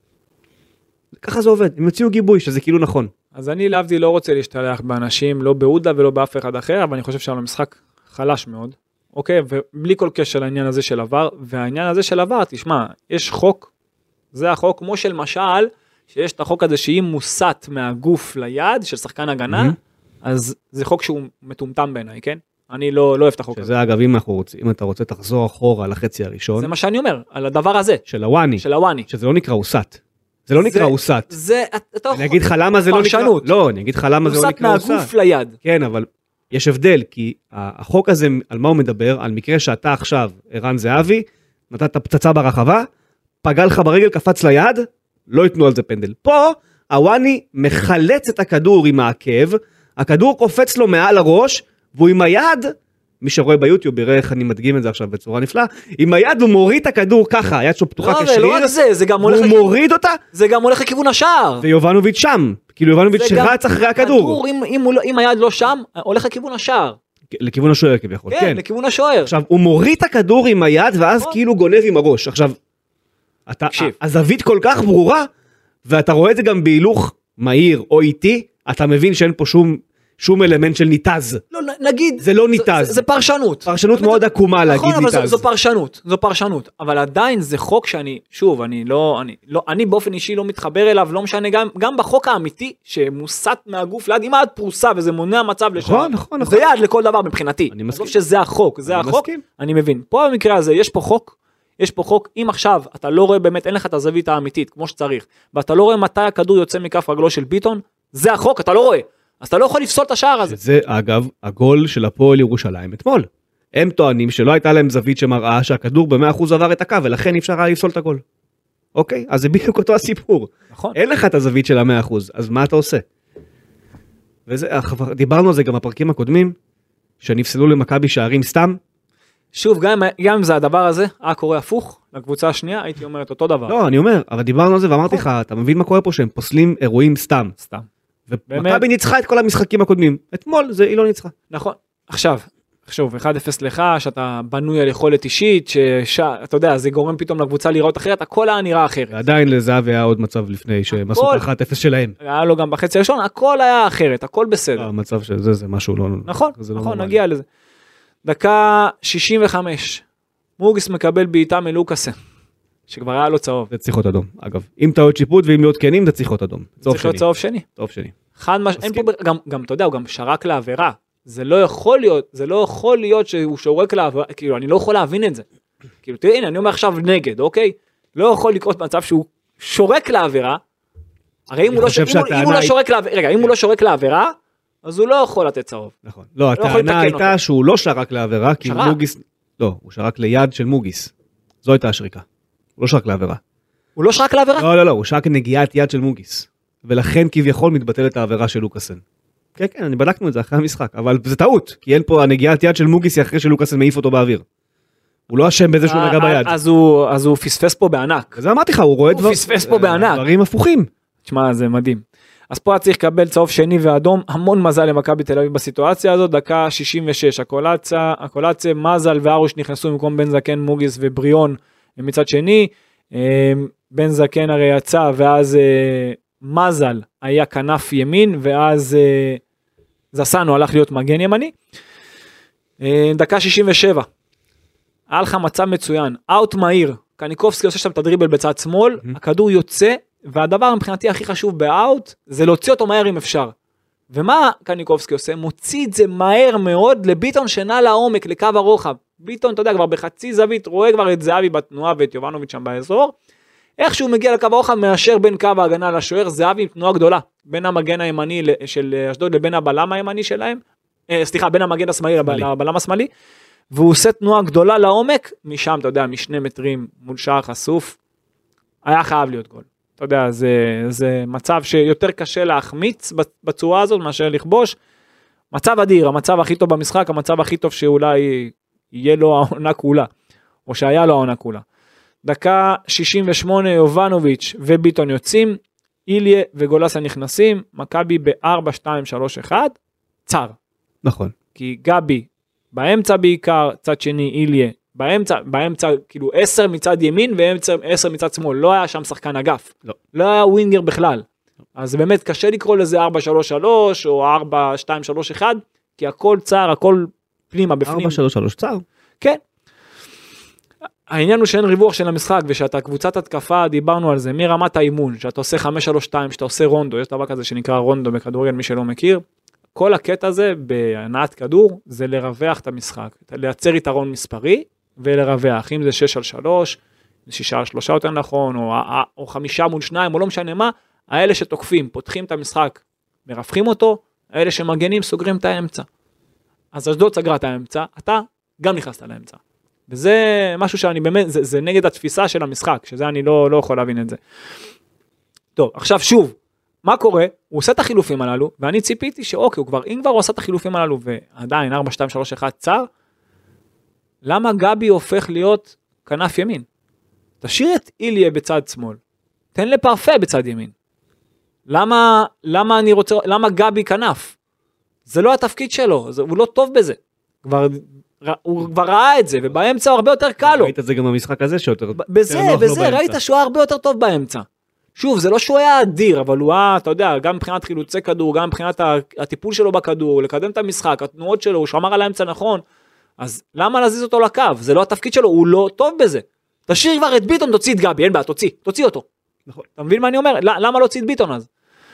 Speaker 2: ככה זה עובד. הם יוציאו גיבוי, שזה כאילו נכון.
Speaker 3: אז אני להבדיל לא רוצה להשתלח באנשים, לא בעודה ולא באף אחד אחר, אבל אני חושב שעל המשחק חלש מאוד. אוקיי? ובלי כל קשר לעניין הזה של עבר, והעניין הזה של עבר, תשמע, יש חוק, זה החוק, כמו של משל, שיש את החוק הזה שאם מוסט מהגוף ליד של שחקן הגנה, אז זה חוק שהוא מטומטם בעיניי, כן? אני לא אוהב את החוק הזה.
Speaker 2: שזה אגב, אם אתה רוצה תחזור אחורה על החצי הראשון.
Speaker 3: זה מה שאני אומר, על הדבר הזה.
Speaker 2: של הוואני. שזה לא נקרא אוסט. זה לא נקרא אוסט. אני אגיד לך למה זה לא נקרא. לא, אני אגיד לך למה זה לא נקרא אוסט.
Speaker 3: אוסט מהגוף ליד.
Speaker 2: כן, אבל יש הבדל, כי החוק הזה, על מה הוא מדבר? על מקרה שאתה עכשיו, ערן זהבי, נתת פצצה ברחבה, פגע לך ברגל, קפץ ליד, לא ייתנו על זה פנדל. פה, הוואני מחלץ את הכדור עם העקב, הכדור קופץ לו מעל הראש, והוא עם היד מי שרואה ביוטיוב יראה איך אני מדגים את זה עכשיו בצורה נפלאה, עם היד הוא מוריד את הכדור ככה, היד שלו פתוחה כשריר,
Speaker 3: לא רק זה גם
Speaker 2: הוא מוריד אותה,
Speaker 3: זה גם הולך לכיוון השער.
Speaker 2: ויובנוביץ' שם, כאילו יובנוביץ' שרץ אחרי הכדור.
Speaker 3: אם היד לא שם, הולך לכיוון השער.
Speaker 2: לכיוון השוער כביכול,
Speaker 3: כן, לכיוון השוער.
Speaker 2: עכשיו, הוא מוריד את הכדור עם היד, ואז כאילו גונב עם הראש. עכשיו, הזווית כל כך ברורה, ואתה רואה את זה גם בהילוך מהיר או איטי, אתה מבין שאין פה שום אלמנט של ניתז.
Speaker 3: לא, נגיד,
Speaker 2: זה לא ניתז.
Speaker 3: זה פרשנות.
Speaker 2: פרשנות מאוד עקומה להגיד ניתז.
Speaker 3: נכון, אבל זו פרשנות. אבל עדיין זה חוק שאני, שוב, אני באופן אישי לא מתחבר אליו, לא משנה, גם בחוק האמיתי, שמוסט מהגוף ליד, אם היד פרוסה וזה מונע מצב לשעה, זה יד לכל דבר מבחינתי.
Speaker 2: אני מסכים.
Speaker 3: שזה החוק, אני מבין. פה במקרה הזה, יש פה חוק, אם עכשיו אתה לא רואה באמת, אין לך את הזווית האמיתית, כמו שצריך, ואתה לא רואה מתי הכדור יוצא מכף רגלו של ביטון, זה החוק, אתה לא רואה. אז אתה לא יכול לפסול את השער הזה.
Speaker 2: זה אגב הגול של הפועל ירושלים אתמול. הם טוענים שלא הייתה להם זווית שמראה שהכדור ב100% עבר את הקו, ולכן אי אפשר היה לפסול את הגול. אוקיי? אז זה בדיוק אותו הסיפור.
Speaker 3: נכון.
Speaker 2: אין לך את הזווית של ה100%, אז מה אתה עושה? דיברנו על זה גם בפרקים הקודמים, שנפסלו למכבי שערים סתם.
Speaker 3: שוב, גם אם זה הדבר הזה, קורה הפוך, לקבוצה השנייה, הייתי אומר את אותו דבר.
Speaker 2: לא, אני אומר, אבל דיברנו על זה ואמרתי לך, אתה מבין מה קורה פה שהם פוסלים אירועים סתם. ומכבי ניצחה את כל המשחקים הקודמים. אתמול היא לא ניצחה.
Speaker 3: נכון. עכשיו, 1-0 לך, שאתה בנוי על יכולת אישית, שאתה יודע, זה גורם פתאום לקבוצה לראות אחרת, הכל היה נראה אחרת.
Speaker 2: ועדיין לזהב היה עוד מצב לפני שהם עשו 1-0 שלהם.
Speaker 3: היה לו גם בחצי הראשון, הכל היה אחרת, הכל בסדר.
Speaker 2: המצב שזה זה משהו לא...
Speaker 3: נכון, נגיע לזה. דקה 65, מוגיס מקבל בעיטה מלוקאסן, שכבר היה לו צהוב.
Speaker 2: זה צריכות אדום, אגב. אם טעות שיפוט ואם להיות כנים, זה צריכות אדום.
Speaker 3: צריך להיות צהוב שני.
Speaker 2: צהוב שני.
Speaker 3: גם, אתה יודע, הוא גם שרק לעבירה. זה לא יכול להיות שהוא שורק לעבירה, כאילו, אני לא יכול להבין את זה. כאילו, תראה, הנה, אני אומר עכשיו נגד, אוקיי? לא יכול לקרות מצב שהוא שורק לעבירה, הרי אם הוא לא שורק לעבירה, אז הוא לא יכול לתת צהוב.
Speaker 2: נכון. לא, הטענה הייתה שהוא לא שרק לעבירה, כי מוגיס... לא, הוא שרק ליד של מוגיס. זו הייתה השריקה. הוא לא שרק לעבירה.
Speaker 3: הוא לא שרק לעבירה?
Speaker 2: לא, הוא שרק נגיעת יד של מוגיס. ולכן כביכול מתבטלת העבירה של לוקאסן. כן, אני בדקנו את זה אחרי המשחק, אבל זה טעות, כי אין פה הנגיעת יד של מוגיס אחרי שלוקאסן מעיף אותו באוויר. הוא לא אשם בזה שהוא נגע ביד.
Speaker 3: אז הוא פספס פה בענק.
Speaker 2: אז אמרתי לך, הוא רואה דברים הפוכים.
Speaker 3: תשמע, זה מדהים. אז פה צריך לקבל צהוב שני ואדום, המון מזל למכבי תל אביב בסיטואציה הזאת, דקה 66, הקולציה, מזל וארוש נכנסו במקום בן זקן, מוגיס ובריאון מצד שני, בן זקן הרי יצא, ואז מזל היה כנף ימין, ואז זסנו הלך להיות מגן ימני, דקה 67, היה לך מצב מצוין, אאוט מהיר, קניקובסקי עושה שם את הדריבל בצד שמאל, הכדור יוצא, והדבר מבחינתי הכי חשוב באאוט, זה להוציא אותו מהר אם אפשר. ומה קניקובסקי עושה? מוציא את זה מהר מאוד לביטון שנע לעומק, לקו הרוחב. ביטון, אתה יודע, כבר בחצי זווית, רואה כבר את זהבי בתנועה ואת יובנוביץ' שם באזור. איך שהוא מגיע לקו הרוחב, מאשר בין קו ההגנה לשוער, זהבי עם תנועה גדולה, בין המגן הימני של אשדוד לבין הבלם הימני שלהם, בין המגן השמאלי לבלם השמאלי, והוא עושה תנועה גדולה לעומק, משם, אתה יודע, משני מטרים מול שער חשוף, היה חייב להיות גול. אתה יודע, זה מצב שיותר קשה להחמיץ בצורה הזאת, מאשר לכבוש. מצב אדיר, המצב הכי טוב במשחק, המצב הכי טוב שאולי יהיה לו העונה כולה, או שהיה לו העונה כולה. דקה 68, יובנוביץ' וביטון יוצאים, איליה וגולסה נכנסים, מכבי ב-4-2-3-1, צר.
Speaker 2: נכון.
Speaker 3: כי גבי באמצע בעיקר, צד שני איליה, באמצע כאילו 10 מצד ימין ו10 מצד שמאל, לא היה שם שחקן אגף, לא היה ווינגר בכלל, אז באמת קשה לקרוא לזה 4-3-3 או 4-2-3-1, כי הכל צער, הכל פנימה בפנים.
Speaker 2: 4-3-3 צער.
Speaker 3: כן. העניין הוא שאין ריווח של המשחק, ושאתה קבוצת התקפה, דיברנו על זה, מרמת האימון, שאתה עושה 5-3-2, שאתה עושה רונדו, יש דבר כזה שנקרא רונדו בכדורגל, מי שלא מכיר, כל הקטע הזה בהנעת כדור, זה לרווח את המשחק, לייצר יתרון מספרי, ולרווח, אם זה 6-3, 6-3 יותר נכון, או 5-2, או לא משנה מה, האלה שתוקפים, פותחים את המשחק, מרווחים אותו, האלה שמגנים, סוגרים את האמצע. אז אשדוד סגרה את האמצע, אתה גם נכנסת לאמצע. וזה משהו שאני באמת, זה נגד התפיסה של המשחק, שזה אני לא יכול להבין את זה. טוב, עכשיו שוב, מה קורה? הוא עושה את החילופים הללו, ואני ציפיתי שאוקיי, אם כבר הוא עושה את החילופים הללו, ועדיין 4-2-3-1 צר, למה גבי הופך להיות כנף ימין? תשאיר את איליה בצד שמאל, תן לפרפה בצד ימין. למה גבי כנף? זה לא התפקיד שלו, הוא לא טוב בזה. הוא כבר ראה את זה, ובאמצע הוא הרבה יותר קל לו.
Speaker 2: ראית את זה גם במשחק הזה שיותר...
Speaker 3: בזה, ראית שהוא היה הרבה יותר טוב באמצע. שוב, זה לא שהוא היה אדיר, אבל הוא היה, אתה יודע, גם מבחינת חילוצי כדור, גם מבחינת הטיפול שלו בכדור, לקדם את המשחק, התנועות שלו, הוא שמר על האמצע נכון. אז למה להזיז אותו לקו? זה לא התפקיד שלו, הוא לא טוב בזה. תשאיר כבר את ביטון, תוציא את גבי, אין בעיה, תוציא אותו.
Speaker 2: נכון.
Speaker 3: אתה מבין מה אני אומר? למה לא הוציא את ביטון אז?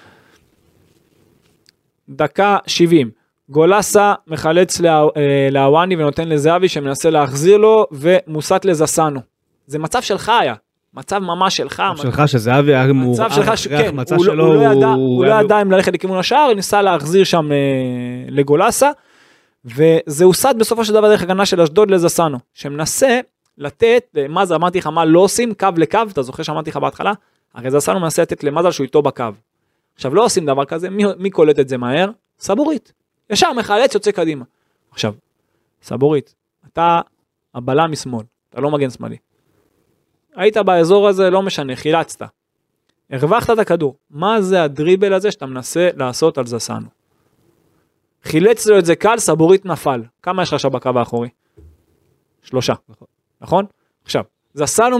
Speaker 3: דקה 70. גולסה מחלץ להוואני ונותן לזהבי שמנסה להחזיר לו ומוסט לזסנו. זה מצב שלך היה. מצב ממש שלך.
Speaker 2: מצב שלך שזהבי היה
Speaker 3: מצב שלך שכן. הוא לא ידע אם ללכת לכיוון השער, ניסה להחזיר שם לגולסה. וזה הוסד בסופו של דבר דרך הגנה של אשדוד לזסנו. שמנסה לתת, מה זה אמרתי לך מה לא עושים, קו לקו, אתה זוכר שאמרתי לך בהתחלה? הרי זסנו מנסה לתת למזל שהוא איתו בקו. עכשיו לא עושים דבר כזה, מי קולט את זה מהר? סבורית. ישר מחלץ יוצא קדימה. עכשיו, סבורית, אתה הבלם משמאל, אתה לא מגן שמאלי. היית באזור הזה, לא משנה, חילצת. הרווחת את הכדור. מה זה הדריבל הזה שאתה מנסה לעשות על זסנו? חילץ לו את זה קל, סבורית נפל. כמה יש לך עכשיו בקו האחורי? 3. נכון? עכשיו, זסנו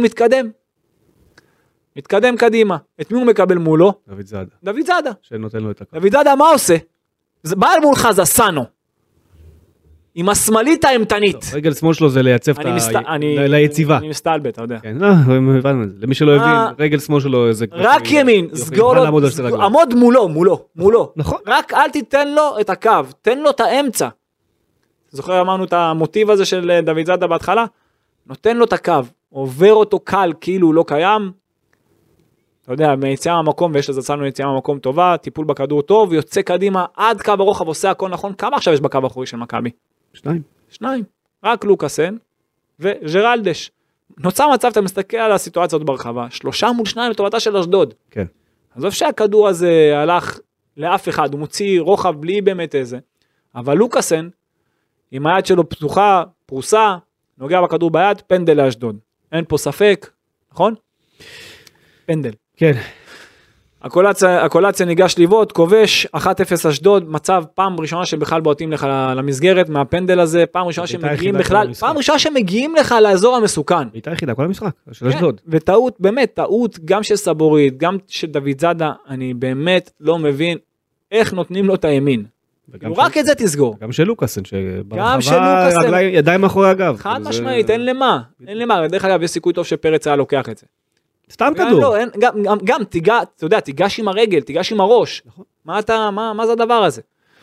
Speaker 3: מתקדם קדימה. את מי הוא מקבל מולו? דוד זאדה.
Speaker 2: שנותן לו את הקו.
Speaker 3: דוד זאדה, מה עושה? בא מולך זסנו. עם השמאלית האמתנית.
Speaker 2: רגל שמאל שלו זה לייצב ליציבה.
Speaker 3: אני מסתלבט, אתה יודע.
Speaker 2: כן, הבנו את זה. למי שלא הבין, רגל שמאל שלו זה...
Speaker 3: רק ימין, סגור לו, עמוד מולו.
Speaker 2: נכון.
Speaker 3: רק אל תיתן לו את הקו, תן לו את האמצע. זוכר אמרנו את המוטיב הזה של דוד זאדה בהתחלה? נותן לו את הקו, עובר אותו קל כאילו הוא לא קיים. אתה יודע, מיציאה מהמקום, ויש לזצנו יציאה מהמקום טובה, טיפול בכדור טוב, יוצא קדימה עד קו הרוחב, עושה הכל נכון. כמה עכשיו יש בקו האחורי של מכבי? 2. רק לוקאסן וג'רלדש. נוצר מצב, אתה מסתכל על הסיטואציות ברחבה, 3 מול 2 לטובתה של אשדוד.
Speaker 2: כן.
Speaker 3: אז אוף שהכדור הזה הלך לאף אחד, הוא מוציא רוחב בלי באמת איזה. אבל לוקאסן, עם היד שלו פתוחה, פרוסה, נוגע בכדור ביד, פנדל לאשדוד. אין פה ספק, נכון? פנדל.
Speaker 2: כן.
Speaker 3: הקולציה ניגש ליוות, כובש, 1-0 אשדוד, מצב פעם ראשונה שבכלל בועטים לך למסגרת מהפנדל הזה, פעם ראשונה שמגיעים לך לאזור המסוכן.
Speaker 2: הייתה יחידה, כל המשחק, של אשדוד.
Speaker 3: וטעות, באמת, טעות גם של סבורית, גם של דוד זאדה, אני באמת לא מבין איך נותנים לו את הימין. רק את זה תסגור.
Speaker 2: גם של לוקאסן, שברחבה ידיים מאחורי הגב.
Speaker 3: חד משמעית, אין למה. דרך אגב, יש סיכוי טוב שפרץ היה לוקח את זה.
Speaker 2: סתם כדור.
Speaker 3: גם תיגש עם הרגל, תיגש עם הראש. מה זה הדבר הזה?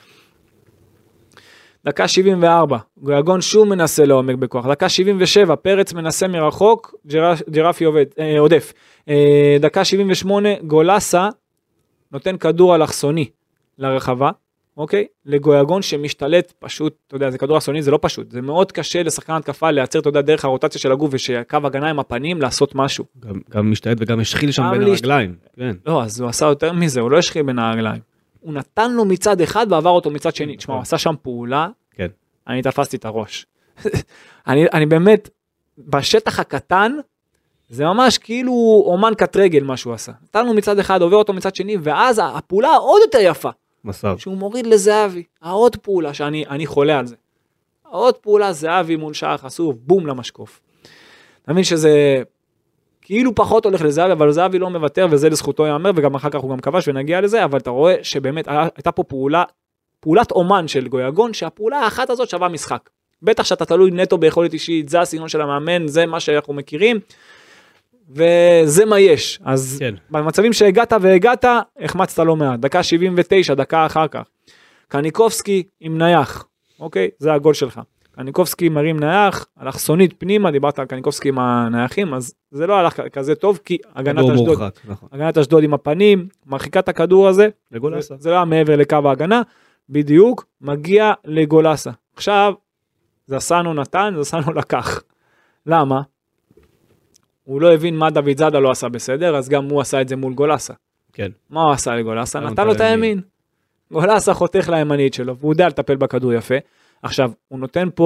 Speaker 3: דקה 74, גויגון שוב מנסה לעומק בכוח. דקה 77, פרץ מנסה מרחוק, ג'רפי עודף. דקה 78, גולסה נותן כדור אלכסוני לרחבה. אוקיי? לגויגון שמשתלט פשוט, אתה יודע, זה כדור אסוני, זה לא פשוט, זה מאוד קשה לשחקן התקפה לייצר, אתה יודע, דרך הרוטציה של הגוף ושקו הגנה עם הפנים לעשות משהו.
Speaker 2: גם משתלט וגם השחיל שם בין הרגליים. כן.
Speaker 3: לא, אז הוא עשה יותר מזה, הוא לא השחיל בין הרגליים. הוא נתן לו מצד אחד ועבר אותו מצד שני. תשמע, הוא עשה שם פעולה,
Speaker 2: כן.
Speaker 3: אני תפסתי את הראש. אני באמת, בשטח הקטן, זה ממש כאילו אומן קט רגל מה שהוא עשה. נתן לו מצד אחד, עובר אותו מצד שני, ואז הפעולה עוד יותר יפה.
Speaker 2: מסב.
Speaker 3: שהוא מוריד לזהבי, העוד פעולה שאני חולה על זה. העוד פעולה זהבי מול שער חשוף, בום למשקוף. אתה מבין שזה כאילו פחות הולך לזהבי, אבל זהבי לא מוותר, וזה לזכותו יאמר, וגם אחר כך הוא גם כבש ונגיע לזה, אבל אתה רואה שבאמת הייתה פה פעולת אומן של גויגון, שהפעולה האחת הזאת שווה משחק. בטח שאתה תלוי נטו ביכולת אישית, זה הסגנון של המאמן, זה מה שאנחנו מכירים, וזה מה יש. אז כן. במצבים שהגעת והגעת, החמצת לא מעט. דקה 79, דקה אחר כך. קניקובסקי עם נייח. אוקיי? זה הגול שלך. קניקובסקי מרים נייח, אלכסונית פנימה, דיברת על קניקובסקי עם הנייחים, אז זה לא הלך כזה טוב, כי הגנת אשדוד עם הפנים, מרחיקה את הכדור הזה, זה לא היה מעבר לקו ההגנה, בדיוק, מגיע לגולסה. עכשיו, זסנו נתן, זסנו לקח. למה? הוא לא הבין מה דוד זאדה לא עשה בסדר, אז גם הוא עשה את זה מול גולסה.
Speaker 2: כן.
Speaker 3: מה הוא עשה לגולסה? נתן לו את הימין. גולסה חותך לימנית שלו, והוא יודע לטפל בכדור יפה. עכשיו, הוא נותן פה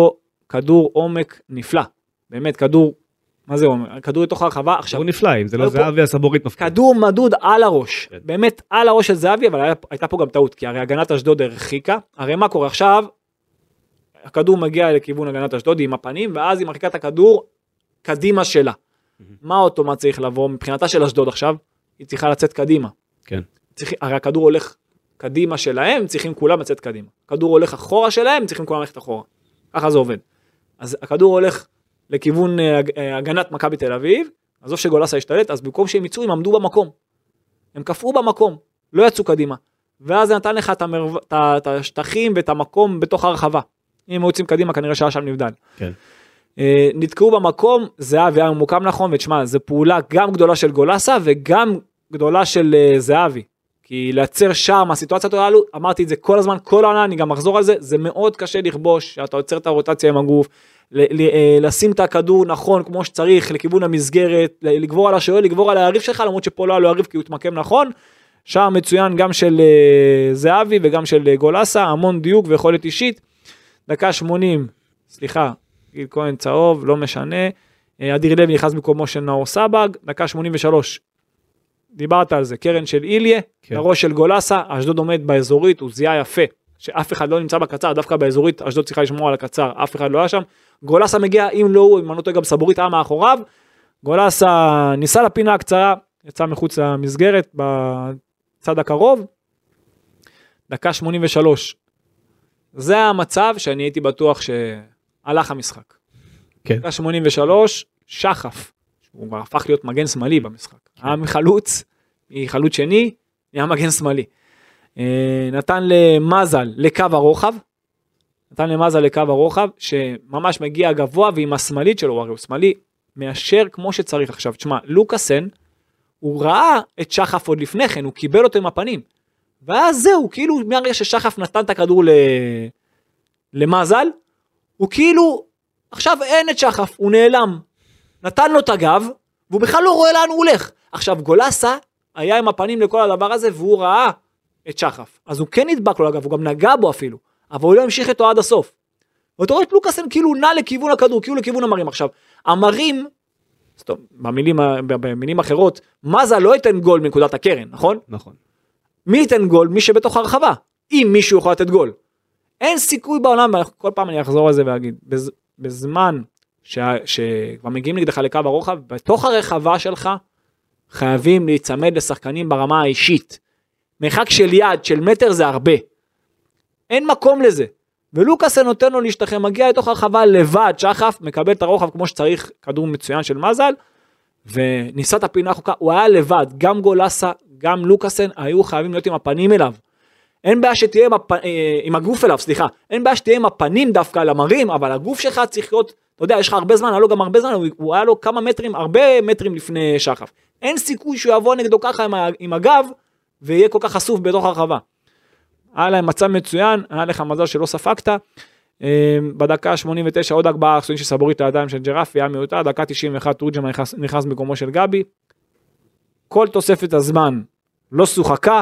Speaker 3: כדור עומק נפלא, באמת כדור, מה זה אומר? כדור לתוך הרחבה, עכשיו,
Speaker 2: הוא נפלא, אם זה לא זהבי הסבורית מפקיע.
Speaker 3: כדור מדוד על הראש, באמת על הראש של זהבי, אבל הייתה פה גם טעות, כי הרי הגנת אשדוד הרחיקה, הרי מה קורה עכשיו, הכדור מגיע לכיוון הגנת אשדוד עם הפנים, ואז היא מרחיקה את הכדור קדימה שלה. מה אוטומט צריך לבוא? מבחינתה של אשדוד עכשיו, היא צריכה לצאת קדימה.
Speaker 2: כן.
Speaker 3: הרי הכדור הולך קדימה שלהם, צריכים כולם לצאת קדימה. הכדור הולך אחורה שלהם, צריכים כולם ללכת אחורה. ככה זה עובד. אז הכדור הולך לכיוון הגנת מכבי תל אביב, עזוב שגולסה השתלט, אז במקום שהם יצאו, הם עמדו במקום. הם קפאו במקום, לא יצאו קדימה. ואז זה נתן לך את השטחים ואת המקום בתוך הרחבה. אם הם יוצאים קדימה, כנראה שהיה שם נבדל.
Speaker 2: כן.
Speaker 3: נתקעו במקום, זהבי היה ממוקם נכון, ותשמע, זו פעולה גם גדולה של גולסה, וגם גדולה של זהבי. כי לייצר שם, הסיטואציות הללו, אמרתי את זה כל הזמן, כל העונה, אני גם אחזור על זה, זה מאוד קשה לכבוש, שאתה יוצר את הרוטציה עם הגוף, לשים את הכדור נכון, כמו שצריך, לכיוון המסגרת, לגבור על השוער, לגבור על היריב שלך, למרות שפה לא היה לו יריב, כי הוא התמקם נכון, שער מצוין גם של זהבי, וגם של גולסה, המון דיוק ויכולת אישית, דקה 80, סליחה, גיל כהן צהוב, לא משנה, אדיר לוי נכנס במקומו של נאור סבג, דקה 83, דיברת על זה, קרן של איליה, הראש של גולסה, אשדוד עומד באזורית, הוא זיהה יפה, שאף אחד לא נמצא בקצר, דווקא באזורית, אשדוד צריכה לשמור על הקצר, אף אחד לא היה שם, גולסה מגיע, אם לא הוא, אם אני נותן גם סבורית היה מאחוריו, גולסה ניסה לפינה הקצרה, יצא מחוץ למסגרת, בצד הקרוב, דקה 83, זה המצב שאני הייתי בטוח שהלך המשחק.
Speaker 2: כן.
Speaker 3: דקה 83, שחף, הוא כבר הפך להיות מגן שמאלי במשחק. היה מחלוץ, מחלוץ שני, היה מגן שמאלי. נתן למזל לקו הרוחב, שממש מגיע גבוה, ועם השמאלית שלו, הרי הוא שמאלי, מאשר כמו שצריך עכשיו. תשמע, לוקאסן, הוא ראה את שחף עוד לפני כן, הוא קיבל אותו עם הפנים. ואז זהו, כאילו מהרגע ששחף נתן את הכדור למזל, הוא כאילו, עכשיו אין את שחף, הוא נעלם. נתן לו את הגב, והוא בכלל לא רואה לאן הוא הולך. עכשיו, גולסה היה עם הפנים לכל הדבר הזה, והוא ראה את שחף. אז הוא כן נדבק לו לגב, הוא גם נגע בו אפילו, אבל הוא לא המשיך איתו עד הסוף. ואתה רואה את לוקאסן כאילו נע לכיוון הכדור, כאילו לכיוון המרים. עכשיו, המרים, סתום, במילים אחרות, מזה לא ייתן גול מנקודת הקרן, נכון?
Speaker 2: נכון. מי
Speaker 3: ייתן גול? מי שבתוך הרחבה. אם מישהו יכול לתת גול. אין סיכוי בעולם, וכל פעם אני אחזור על זה ואגיד, בזמן שכבר מגיעים נגדך לקו הרוחב, בתוך הרחבה שלך, חייבים להיצמד לשחקנים ברמה האישית. מרחק של יד, של מטר זה הרבה. אין מקום לזה. ולוקאסן נותן לו להשתחרר, מגיע לתוך הרחבה לבד, שחף, מקבל את הרוחב כמו שצריך, כדור מצוין של מזל, וניסה את הפינה החוקה, הוא היה לבד, גם גולסה, גם לוקאסן, היו חייבים להיות עם הפנים אליו. אין בעיה שתהיה עם הגוף אליו, סליחה, אין בעיה שתהיה עם הפנים דווקא למרים, אבל הגוף שלך צריך להיות, אתה יודע, יש לך הרבה זמן, היה לו גם הרבה זמן, הוא היה לו כמה מטרים, הרבה מטרים לפני שחף. אין סיכוי שהוא יבוא נגדו ככה עם הגב, ויהיה כל כך חשוף בתוך הרחבה. היה להם מצב מצוין, היה לך מזל שלא ספקת, בדקה 89 עוד הגבהה, חסויים שסבורית לידיים של ג'רפי, היה מיותר, דקה 91 תורג'מה נכנס מקומו של גבי, כל תוספת הזמן לא שוחקה,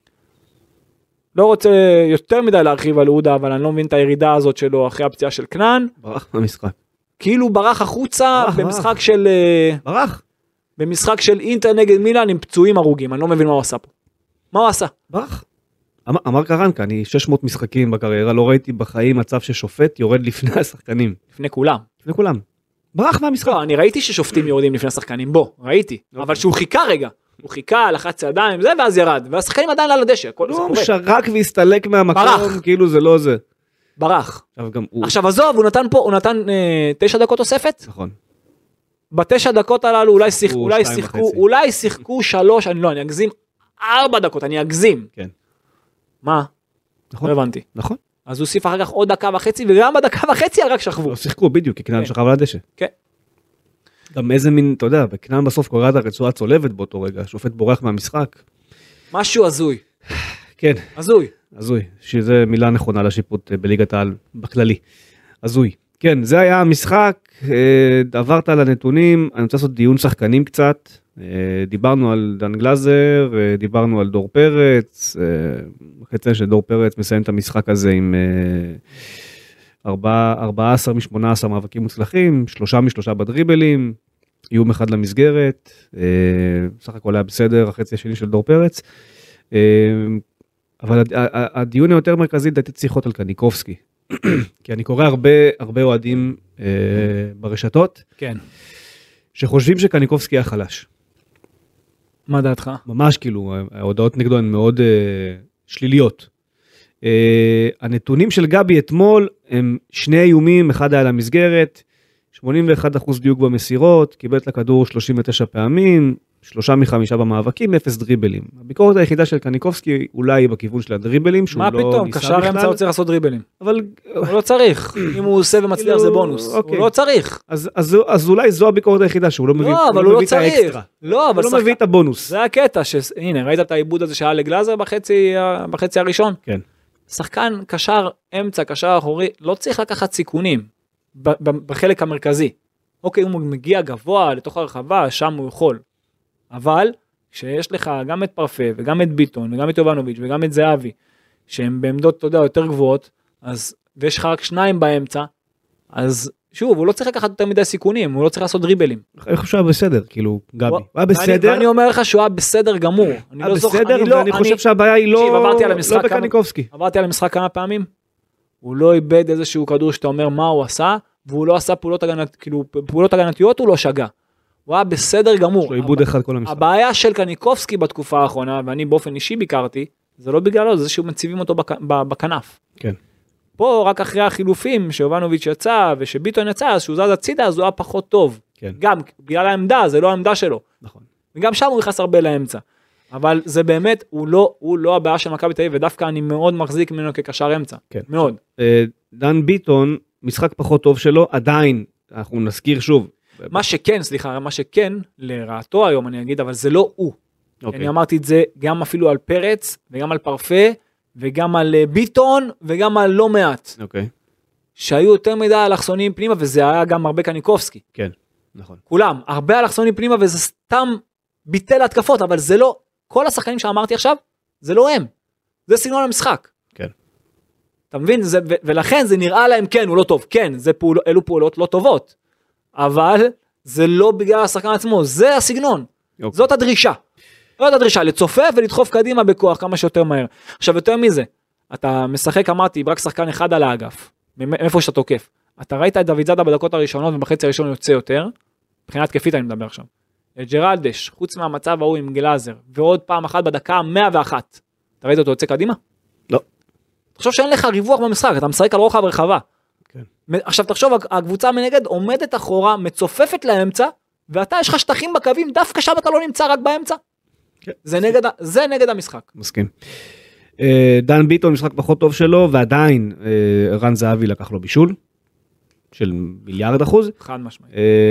Speaker 3: לא רוצה יותר מדי להרחיב על אודה, אבל אני לא מבין את הירידה הזאת שלו אחרי הפציעה של כנען.
Speaker 2: ברח במשחק.
Speaker 3: כאילו ברח החוצה במשחק של...
Speaker 2: ברח.
Speaker 3: במשחק של אינטר נגד מילאן עם פצועים הרוגים, אני לא מבין מה הוא עשה פה. מה הוא עשה?
Speaker 2: ברח. אמר קרנקה, אני 600 משחקים בקריירה, לא ראיתי בחיים מצב ששופט יורד לפני השחקנים.
Speaker 3: לפני כולם.
Speaker 2: לפני כולם. ברח מהמשחק.
Speaker 3: לא, אני ראיתי ששופטים יורדים לפני השחקנים, בוא, ראיתי. אבל שהוא חיכה רגע. הוא חיכה, לחץ ידיים, זה, ואז ירד. והשחקנים עדיין על הדשא.
Speaker 2: לא, הוא שרק והסתלק מהמקום, כאילו זה לא זה.
Speaker 3: ברח. עכשיו עזוב, הוא נתן 9 דקות תוספת.
Speaker 2: נכון.
Speaker 3: ב9 דקות הללו אולי שיחקו 3, אני אגזים 4 דקות, אני אגזים.
Speaker 2: כן.
Speaker 3: מה?
Speaker 2: נכון.
Speaker 3: לא הבנתי.
Speaker 2: נכון.
Speaker 3: אז הוא הוסיף אחר כך עוד דקה וחצי, וגם בדקה וחצי רק שכבו.
Speaker 2: לא שיחקו בדיוק, כי כנען שכב על הדשא.
Speaker 3: כן.
Speaker 2: גם איזה מין, אתה יודע, בכנען בסוף קוראת הרצועה צולבת באותו רגע, השופט בורח מהמשחק.
Speaker 3: משהו הזוי.
Speaker 2: כן.
Speaker 3: הזוי,
Speaker 2: שזה מילה נכונה לשיפוט בליגת העל בכללי. הזוי. כן, זה היה המשחק, עברת על הנתונים, אני רוצה לעשות דיון שחקנים קצת, דיברנו על דן גלזר, דיברנו על דור פרץ, חצי שדור פרץ מסיים את המשחק הזה עם 14 מ-18 מאבקים מוצלחים, 3 מ-3 בדריבלים, איום אחד למסגרת, סך הכל היה בסדר, החצי השני של דור פרץ, אבל הדיון היותר מרכזי לדעתי צריכות על קניקובסקי, כי אני קורא הרבה אוהדים ברשתות,
Speaker 3: כן.
Speaker 2: שחושבים שקניקובסקי היה חלש.
Speaker 3: מה דעתך?
Speaker 2: ממש כאילו, ההודעות נגדו הן מאוד שליליות. הנתונים של גבי אתמול הם 2 איומים, אחד היה למסגרת, 81% דיוק במסירות, קיבל את הכדור 39 פעמים, 3 מ-5 במאבקים, 0 דריבלים. הביקורת היחידה של קניקובסקי אולי היא בכיוון של הדריבלים, שהוא לא ניסה בכלל.
Speaker 3: מה פתאום, קשר אמצע הוא צריך לעשות דריבלים.
Speaker 2: אבל
Speaker 3: הוא לא צריך, אם הוא עושה ומצליח זה בונוס, הוא לא צריך.
Speaker 2: אז אולי זו הביקורת היחידה, שהוא לא מביא את האקסטרה.
Speaker 3: לא, אבל
Speaker 2: הוא לא מביא את הבונוס.
Speaker 3: זה הקטע, הנה, ראית את העיבוד הזה שהיה לגלאזר בחצי הראשון?
Speaker 2: כן.
Speaker 3: שחקן קשר אמצע, קשר אחורי, לא צריך לקחת סיכונים בחלק המרכזי. אוקיי, אם הוא מגיע גבוה לתוך הרחבה, שם הוא יכול. אבל כשיש לך גם את פרפה וגם את ביטון וגם את יובנוביץ' וגם את זהבי, שהם בעמדות, אתה יודע, יותר גבוהות, אז, ויש לך רק 2 באמצע, אז שוב, הוא לא צריך לקחת יותר מדי סיכונים, הוא לא צריך לעשות דריבלים.
Speaker 2: אני חושב שהוא היה בסדר, כאילו, גבי. הוא היה בסדר.
Speaker 3: ואני אומר לך שהוא היה בסדר גמור.
Speaker 2: היה בסדר, ואני חושב שהבעיה היא לא בקניקובסקי.
Speaker 3: עברתי על המשחק כמה פעמים, הוא לא איבד איזשהו כדור שאתה אומר מה הוא עשה, והוא לא עשה פעולות הגנתיות, הוא לא שגע. הוא היה בסדר גמור.
Speaker 2: יש לו עיבוד אחד כל המשחק.
Speaker 3: הבעיה של קניקובסקי בתקופה האחרונה, ואני באופן אישי ביקרתי, זה לא בגללו, זה שהוא מציבים אותו בכנף.
Speaker 2: כן.
Speaker 3: פה רק אחרי החילופים, שיובנוביץ' יצא ושביטון יצא, אז שהוא זז הצידה, אז הוא היה פחות טוב.
Speaker 2: כן.
Speaker 3: גם בגלל העמדה, זה לא העמדה שלו.
Speaker 2: נכון.
Speaker 3: וגם שם הוא נכנס הרבה לאמצע. אבל זה באמת, הוא לא הבעיה של מכבי תל אביב, ודווקא אני מאוד מחזיק ממנו כקשר אמצע. כן. מאוד.
Speaker 2: דן ביטון, משחק פחות טוב שלו, עדיין, אנחנו נזכיר שוב.
Speaker 3: מה שכן, לרעתו היום אני אגיד, אבל זה לא הוא. אני אמרתי את זה גם אפילו על פרץ, וגם על פרפה, וגם על ביטון, וגם על לא מעט.
Speaker 2: אוקיי.
Speaker 3: שהיו יותר מדי אלכסונים פנימה, וזה היה גם הרבה קניקובסקי.
Speaker 2: כן, נכון.
Speaker 3: כולם, הרבה אלכסונים פנימה, וזה סתם ביטל התקפות, אבל זה לא, כל השחקנים שאמרתי עכשיו, זה לא הם. זה סגנון המשחק.
Speaker 2: כן.
Speaker 3: אתה מבין? ולכן זה נראה להם, כן, הוא לא טוב. כן, אלו פעולות לא טובות. אבל זה לא בגלל השחקן עצמו, זה הסגנון. אוקיי. זאת הדרישה. זאת הדרישה, לצופף ולדחוף קדימה בכוח כמה שיותר מהר. עכשיו, יותר מזה, אתה משחק, אמרתי, רק שחקן אחד על האגף, מאיפה שאתה תוקף. אתה ראית את דוד זאדה בדקות הראשונות, ובחצי הראשון יוצא יותר, מבחינת כיפית אני מדבר עכשיו. ג'רלדש, חוץ מהמצב ההוא עם גלאזר, ועוד פעם אחת בדקה 101. אתה ראית אותו יוצא קדימה?
Speaker 2: לא.
Speaker 3: תחשוב שאין לך ריווח במשחק, אתה משחק על רוחב רחבה.
Speaker 2: כן.
Speaker 3: עכשיו תחשוב, הקבוצה מנגד עומדת אחורה, מצופפת לאמצע, ואתה יש לך שטחים בקווים, דווקא שם אתה לא נמצא רק באמצע. כן. זה נגד המשחק.
Speaker 2: מסכים. דן ביטון משחק פחות טוב שלו, ועדיין רן זהבי לקח לו בישול, של 1,000,000,000%.
Speaker 3: חד משמעית.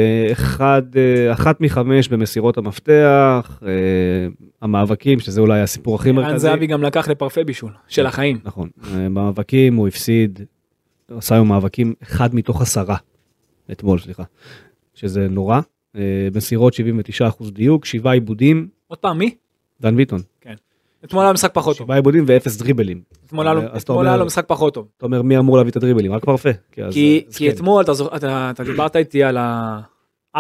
Speaker 2: 1 מ-5 במסירות המפתח, המאבקים, שזה אולי הסיפור הכי מרכזי.
Speaker 3: רן זהבי גם לקח לפרפה בישול, של החיים.
Speaker 2: נכון. במאבקים הוא הפסיד, עשה היום מאבקים 1 מתוך 10, אתמול, סליחה, שזה נורא. מסירות 79% דיוק, 7 עיבודים.
Speaker 3: עוד פעם, מי?
Speaker 2: דן ביטון.
Speaker 3: כן. אתמול היה משחק פחות טוב.
Speaker 2: 7 עיבודים ו0 דריבלים.
Speaker 3: אתמול היה לו משחק פחות טוב.
Speaker 2: אתה אומר, מי אמור להביא את הדריבלים? רק פרפה.
Speaker 3: כי אתמול, אתה דיברת איתי על ה-4-3-3.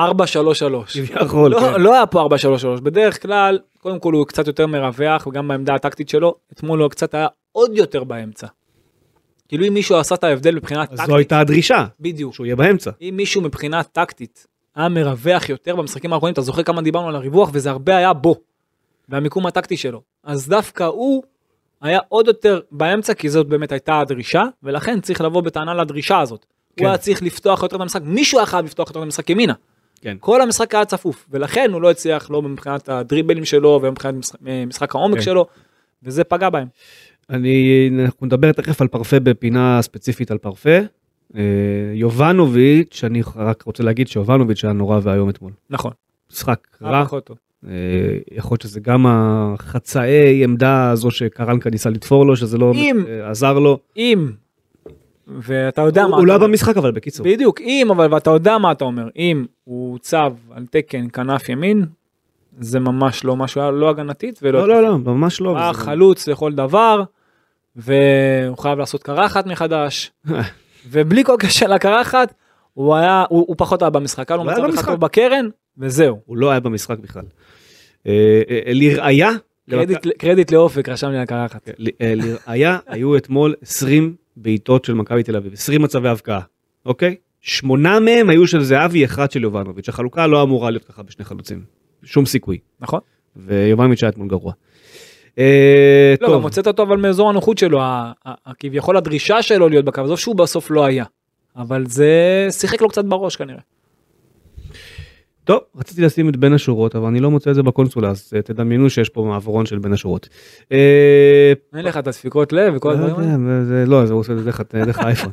Speaker 3: לא היה פה 4-3-3. בדרך כלל, קודם כל הוא קצת יותר מרווח, וגם בעמדה הטקטית שלו, אתמול הוא קצת היה עוד יותר באמצע. כאילו אם מישהו עשה את ההבדל מבחינה טקטית.
Speaker 2: אז זו הייתה הדרישה.
Speaker 3: בדיוק.
Speaker 2: שהוא יהיה באמצע.
Speaker 3: אם מישהו מבחינה טקטית היה מרווח יותר במשחקים האחרונים, אתה זוכר כמה דיברנו על הריווח, וזה הרבה היה בו. והמיקום הטקטי שלו. אז דווקא הוא היה עוד יותר באמצע, כי זאת באמת הייתה הדרישה, ולכן צריך לבוא בטענה לדרישה הזאת. כן. הוא היה צריך לפתוח יותר את המשחק, מישהו היה חייב לפתוח יותר את המשחק ימינה. כן. כל המשחק היה צפוף, ולכן הוא לא הצליח, לא מבחינת הדריבלים שלו, ומבחינת משחק העומק שלו, וזה פגע בהם.
Speaker 2: אנחנו נדבר תכף על פרפה בפינה ספציפית על פרפה. יובנוביץ', אני רק רוצה להגיד שיובנוביץ' היה נורא והיום אתמול.
Speaker 3: נכון.
Speaker 2: משחק רע. יכול להיות שזה גם החצאי עמדה הזו שקרנקה ניסה לתפור לו, שזה לא עזר לו.
Speaker 3: ואתה יודע מה...
Speaker 2: הוא לא היה במשחק אבל בקיצור.
Speaker 3: בדיוק, אבל ואתה יודע מה אתה אומר, אם הוא צב על תקן כנף ימין, זה ממש לא משהו, לא הגנתית ולא...
Speaker 2: לא, ממש לא.
Speaker 3: חלוץ לכל דבר, והוא חייב לעשות קרחת מחדש. ובלי כל קשר לקרחת, הוא פחות היה במשחק, היה לו מצב אחד טוב בקרן, וזהו.
Speaker 2: הוא לא היה במשחק בכלל. לראיה,
Speaker 3: קרדיט לאופק, רשם לי לקרחת.
Speaker 2: לראיה, היו אתמול 20 בעיטות של מכבי תל אביב, 20 מצבי הבקעה, אוקיי? 8 מהם היו של זהבי, 1 של יובנוביץ'. החלוקה לא אמורה להיות ככה בשני חלוצים. שום סיכוי.
Speaker 3: נכון.
Speaker 2: ויובנוביץ' היה אתמול גרוע.
Speaker 3: לא, גם מוצאת אותו אבל מאזור הנוחות שלו, כביכול הדרישה שלו להיות בקו, זו שהוא בסוף לא היה. אבל זה שיחק לו קצת בראש כנראה.
Speaker 2: טוב, רציתי לשים את בין השורות, אבל אני לא מוצא את זה בקונסולה, אז תדמיינו שיש פה מעברון של בין השורות.
Speaker 3: אין לך את הספיקות לב וכל הדברים האלה?
Speaker 2: לא, זה עושה את זה דרך האייפון.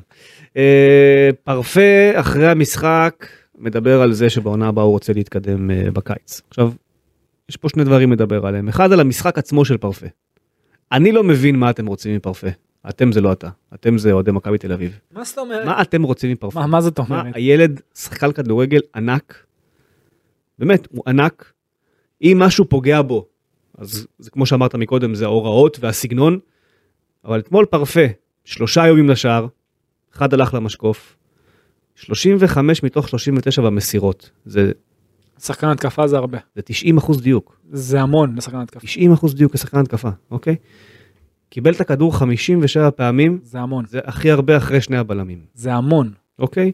Speaker 2: פרפה אחרי המשחק מדבר על זה שבעונה הבאה הוא רוצה להתקדם בקיץ. עכשיו, יש פה שני דברים לדבר עליהם. אחד על המשחק עצמו של פרפה. אני לא מבין מה אתם רוצים מפרפה. אתם זה לא אתה. אתם זה אוהדי מכבי תל אביב.
Speaker 3: מה זאת אומרת?
Speaker 2: מה אתם רוצים מפרפה?
Speaker 3: מה זאת אומרת?
Speaker 2: הילד שחקן כדורגל ענק. באמת, הוא ענק. אם משהו פוגע בו, אז זה כמו שאמרת מקודם, זה ההוראות והסגנון. אבל אתמול פרפה, 3 יומים לשער, 1 הלך למשקוף, 35 מתוך 39 במסירות. זה
Speaker 3: שחקן התקפה זה הרבה.
Speaker 2: זה 90% דיוק.
Speaker 3: זה המון לשחקן התקפה.
Speaker 2: 90% דיוק לשחקן התקפה, אוקיי? קיבל את הכדור 57 פעמים.
Speaker 3: זה המון.
Speaker 2: זה הכי הרבה אחרי שני הבלמים.
Speaker 3: זה המון.
Speaker 2: אוקיי?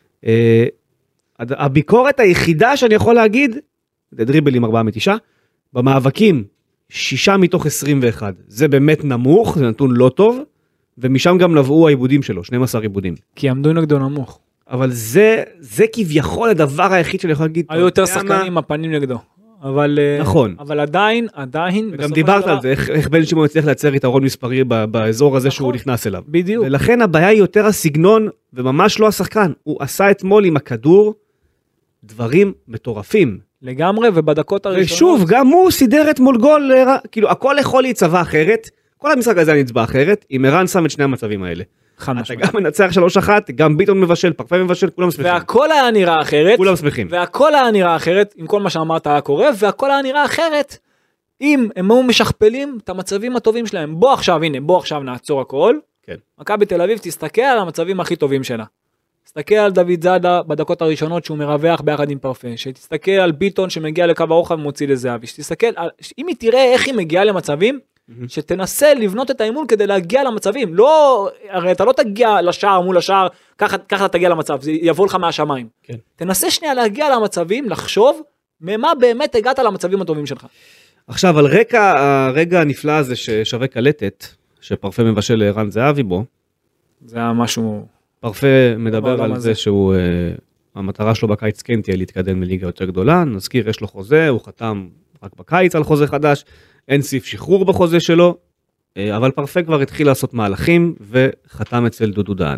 Speaker 2: הביקורת היחידה שאני יכול להגיד, זה דריבלים 4 מ-9, במאבקים 6 מתוך 21. זה באמת נמוך, זה נתון לא טוב, ומשם גם נבעו העיבודים שלו, 12 עיבודים.
Speaker 3: כי עמדו נגדו נמוך.
Speaker 2: אבל זה כביכול הדבר היחיד שאני יכול להגיד.
Speaker 3: היו יותר שחקנים הפנים נגדו. אבל,
Speaker 2: נכון.
Speaker 3: אבל עדיין,
Speaker 2: וגם דיברת על זה, איך בן שמעון הצליח לייצר יתרון מספרי באזור הזה שהוא נכנס אליו.
Speaker 3: בדיוק.
Speaker 2: ולכן הבעיה היא יותר הסגנון, וממש לא השחקן. הוא עשה אתמול עם הכדור דברים מטורפים.
Speaker 3: לגמרי, ובדקות הראשונות.
Speaker 2: ושוב, גם הוא סידר אתמול גול, כאילו הכל יכול להיצבע אחרת, כל המשחק הזה נצבע אחרת, אם ערן שם את שני המצבים האלה. אתה גם מנצח 3-1, גם ביטון מבשל, פרפה מבשל, כולם שמחים.
Speaker 3: והכל היה נראה אחרת.
Speaker 2: כולם שמחים.
Speaker 3: והכל היה נראה אחרת, עם כל מה שאמרת היה קורה, והכל היה נראה אחרת, אם הם היו משכפלים את המצבים הטובים שלהם. בוא עכשיו נעצור הכל.
Speaker 2: כן.
Speaker 3: מכבי תל אביב תסתכל על המצבים הכי טובים שלה. תסתכל על דוד זאדה בדקות הראשונות שהוא מרווח ביחד עם פרפה, שתסתכל על ביטון שמגיע לקו הרוחב ומוציא לזהבי, שתסתכל, אם היא תראה איך היא מגיעה למצבים, שתנסה לבנות את האימון כדי להגיע למצבים, לא, הרי אתה לא תגיע לשער מול השער, ככה תגיע למצב, זה יבוא לך מהשמיים. כן. תנסה שנייה להגיע למצבים, לחשוב, ממה באמת הגעת למצבים הטובים שלך.
Speaker 2: עכשיו, על הרגע הנפלא הזה ששווה קלטת, שפרפה מבשל לערן זהבי בו,
Speaker 3: זה היה משהו...
Speaker 2: פרפה מדבר על זה שהוא, המטרה שלו בקיץ כן תהיה להתקדם לליגה יותר גדולה, נזכיר, יש לו חוזה, הוא חתם רק בקיץ על חוזה חדש, אין סעיף שחרור בחוזה שלו, אבל פרפה כבר התחיל לעשות מהלכים, וחתם אצל דודו דהן.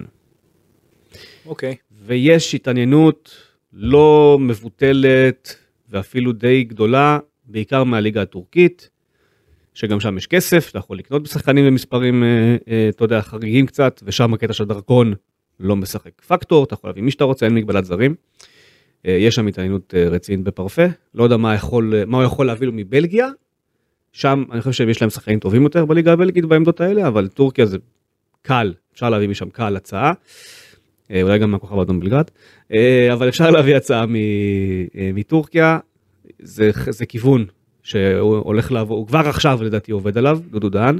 Speaker 3: אוקיי.
Speaker 2: ויש התעניינות לא מבוטלת, ואפילו די גדולה, בעיקר מהליגה הטורקית, שגם שם יש כסף, אתה יכול לקנות בשחקנים במספרים, אתה יודע, חריגים קצת, ושם הקטע של דרכון לא משחק פקטור, אתה יכול להביא מי שאתה רוצה, אין מגבלת זרים. יש שם התעניינות רצינית בפרפה, לא יודע מה הוא יכול להביא לו מבלגיה, שם אני חושב שיש להם שחקנים טובים יותר בליגה הבלגית בעמדות האלה, אבל טורקיה זה קל, אפשר להביא משם קל הצעה, אולי גם מהכוכב האדום בלגרד, אבל אפשר להביא הצעה מטורקיה, זה כיוון שהוא הולך לעבור, הוא כבר עכשיו לדעתי עובד עליו, דודו דהן,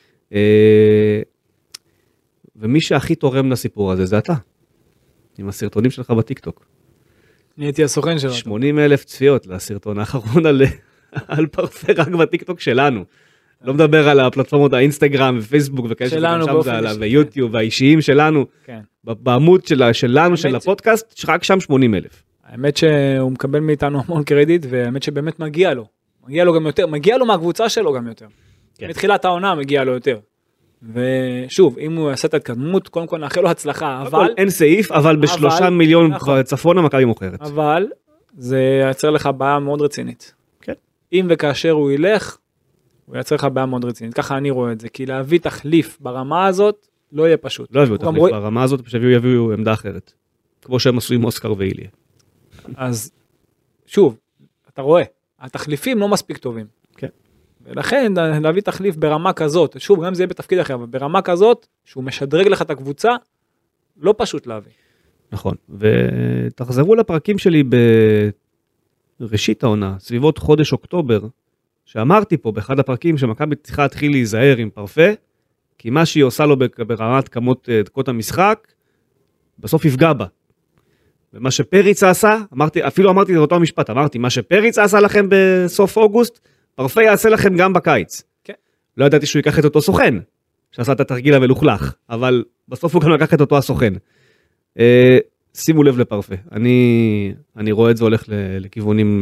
Speaker 2: ומי שהכי תורם לסיפור הזה זה אתה, עם הסרטונים שלך בטיקטוק.
Speaker 3: נהייתי הסוכן שלו.
Speaker 2: 80,000 צפיות לסרטון האחרון על פרפה רק בטיקטוק שלנו. לא מדבר על הפלטפורמות האינסטגרם ופייסבוק וכאלה
Speaker 3: שלנו באופן אישי.
Speaker 2: ויוטיוב והאישיים שלנו. בעמוד שלנו של הפודקאסט, רק שם 80,000.
Speaker 3: האמת שהוא מקבל מאיתנו המון קרדיט, והאמת שבאמת מגיע לו. מגיע לו גם יותר, מגיע לו מהקבוצה שלו גם יותר. מתחילת העונה מגיע לו יותר. ושוב, אם הוא יעשה את ההתקדמות, קודם כל נאחל לו הצלחה, אבל...
Speaker 2: אין סעיף, אבל ב3 מיליון צפון המכבי מוכרת.
Speaker 3: אבל זה ייצר לך בעיה מאוד רצינית.
Speaker 2: כן.
Speaker 3: אם וכאשר הוא ילך, הוא ייצר לך בעיה מאוד רצינית. ככה אני רואה את זה, כי להביא תחליף ברמה הזאת, לא יהיה פשוט.
Speaker 2: לא יביאו תחליף ברמה הזאת, יביאו עמדה אחרת. כמו שהם עשו עם אוסקר ואיליה.
Speaker 3: אז, שוב, אתה רואה, התחליפים לא מספיק טובים.
Speaker 2: כן.
Speaker 3: ולכן להביא תחליף ברמה כזאת, שוב, גם זה יהיה בתפקיד אחר, אבל ברמה כזאת, שהוא משדרג לך את הקבוצה, לא פשוט להביא.
Speaker 2: נכון, ותחזרו לפרקים שלי בראשית העונה, סביבות חודש אוקטובר, שאמרתי פה באחד הפרקים שמכבי צריכה להתחיל להיזהר עם פרפה, כי מה שהיא עושה לו ברמת כמות דקות המשחק, בסוף יפגע בה. ומה שפריץ עשה, אפילו אמרתי את אותו משפט, מה שפריץ עשה לכם בסוף אוגוסט, פרפה יעשה לכם גם בקיץ.
Speaker 3: כן.
Speaker 2: לא ידעתי שהוא ייקח את אותו סוכן, שעשה את התרגיל המלוכלך, אבל בסוף הוא גם לקח את אותו הסוכן. שימו לב לפרפה, אני רואה את זה הולך לכיוונים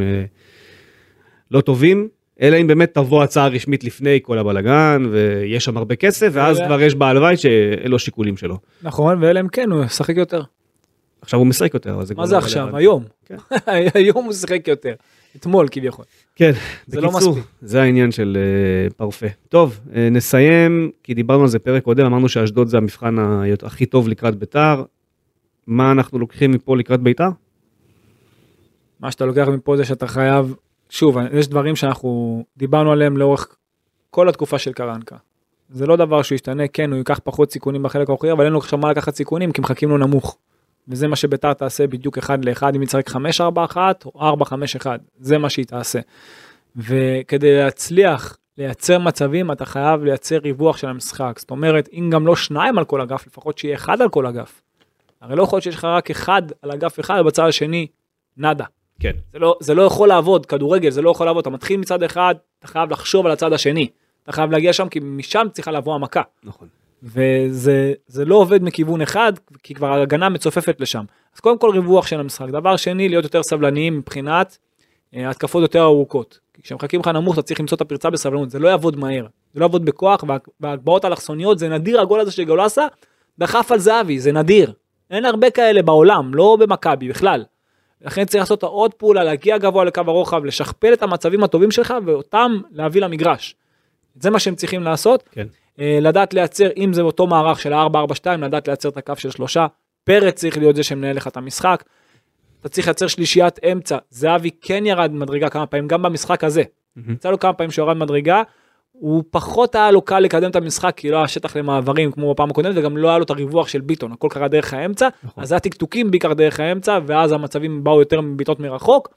Speaker 2: לא טובים, אלא אם באמת תבוא הצעה רשמית לפני כל הבלגן, ויש שם הרבה כסף, ואז כבר יש בעל בית שאלו שיקולים שלו.
Speaker 3: נכון, ואלה הם כן, הוא שחק יותר.
Speaker 2: עכשיו הוא משחק יותר.
Speaker 3: מה זה עכשיו? היום. היום הוא שחק יותר. אתמול כביכול.
Speaker 2: כן,
Speaker 3: זה לא מספיק.
Speaker 2: זה העניין של פרפה. טוב, נסיים, כי דיברנו על זה פרק קודם, אמרנו שאשדוד זה המבחן הכי טוב לקראת ביתר. מה אנחנו לוקחים מפה לקראת ביתר?
Speaker 3: מה שאתה לוקח מפה זה שאתה חייב, שוב, יש דברים שאנחנו דיברנו עליהם לאורך כל התקופה של קרנקה. זה לא דבר שהוא ישתנה, כן, הוא ייקח פחות סיכונים בחלק האחורי, אבל אין לו עכשיו מה לקחת סיכונים, כי מחכים לו נמוך. וזה מה שביתר תעשה בדיוק 1-1, אם יצטרך 5-4-1 או 4-5-1, זה מה שהיא תעשה. וכדי להצליח לייצר מצבים, אתה חייב לייצר ריווח של המשחק. זאת אומרת, אם גם לא 2 על כל אגף, לפחות שיהיה 1 על כל אגף. הרי לא יכול להיות שיש לך רק 1 על אגף 1, ובצד השני, נדה.
Speaker 2: כן. זה
Speaker 3: לא יכול לעבוד, כדורגל, זה לא יכול לעבוד. אתה מתחיל מצד אחד, אתה חייב לחשוב על הצד השני. אתה חייב להגיע שם, כי משם צריכה לבוא המכה.
Speaker 2: נכון.
Speaker 3: וזה לא עובד מכיוון אחד, כי כבר ההגנה מצופפת לשם. אז קודם כל ריווח של המשחק. דבר שני, להיות יותר סבלניים מבחינת התקפות יותר ארוכות. כשמחכים לך נמוך, אתה צריך למצוא את הפרצה בסבלנות. זה לא יעבוד מהר. זה לא יעבוד בכוח, והגבעות האלכסוניות, זה נדיר הגול הזה שגולסה, דחף על זהבי, זה נדיר. אין הרבה כאלה בעולם, לא במכבי בכלל. לכן צריך לעשות עוד פעולה, להגיע גבוה לקו הרוחב, לשכפל את המצבים הטובים שלך, ואותם להביא למגרש. זה מה שהם צריכים לעשות.
Speaker 2: כן.
Speaker 3: לדעת לייצר, אם זה אותו מערך של 4-4-2, לדעת לייצר את הקו של 3, פרץ צריך להיות זה שמנהל לך את המשחק, אתה צריך לייצר שלישיית אמצע, זהבי כן ירד מדרגה כמה פעמים, גם במשחק הזה, יצא לו כמה פעמים שירד מדרגה, הוא פחות היה לו קל לקדם את המשחק, כי לא היה שטח למעברים כמו בפעם הקודמת, וגם לא היה לו את הריווח של ביטון, הכל קרה דרך האמצע, אז זה הטקטוקים בעיקר דרך האמצע, ואז המצבים באו יותר מביטות מרחוק,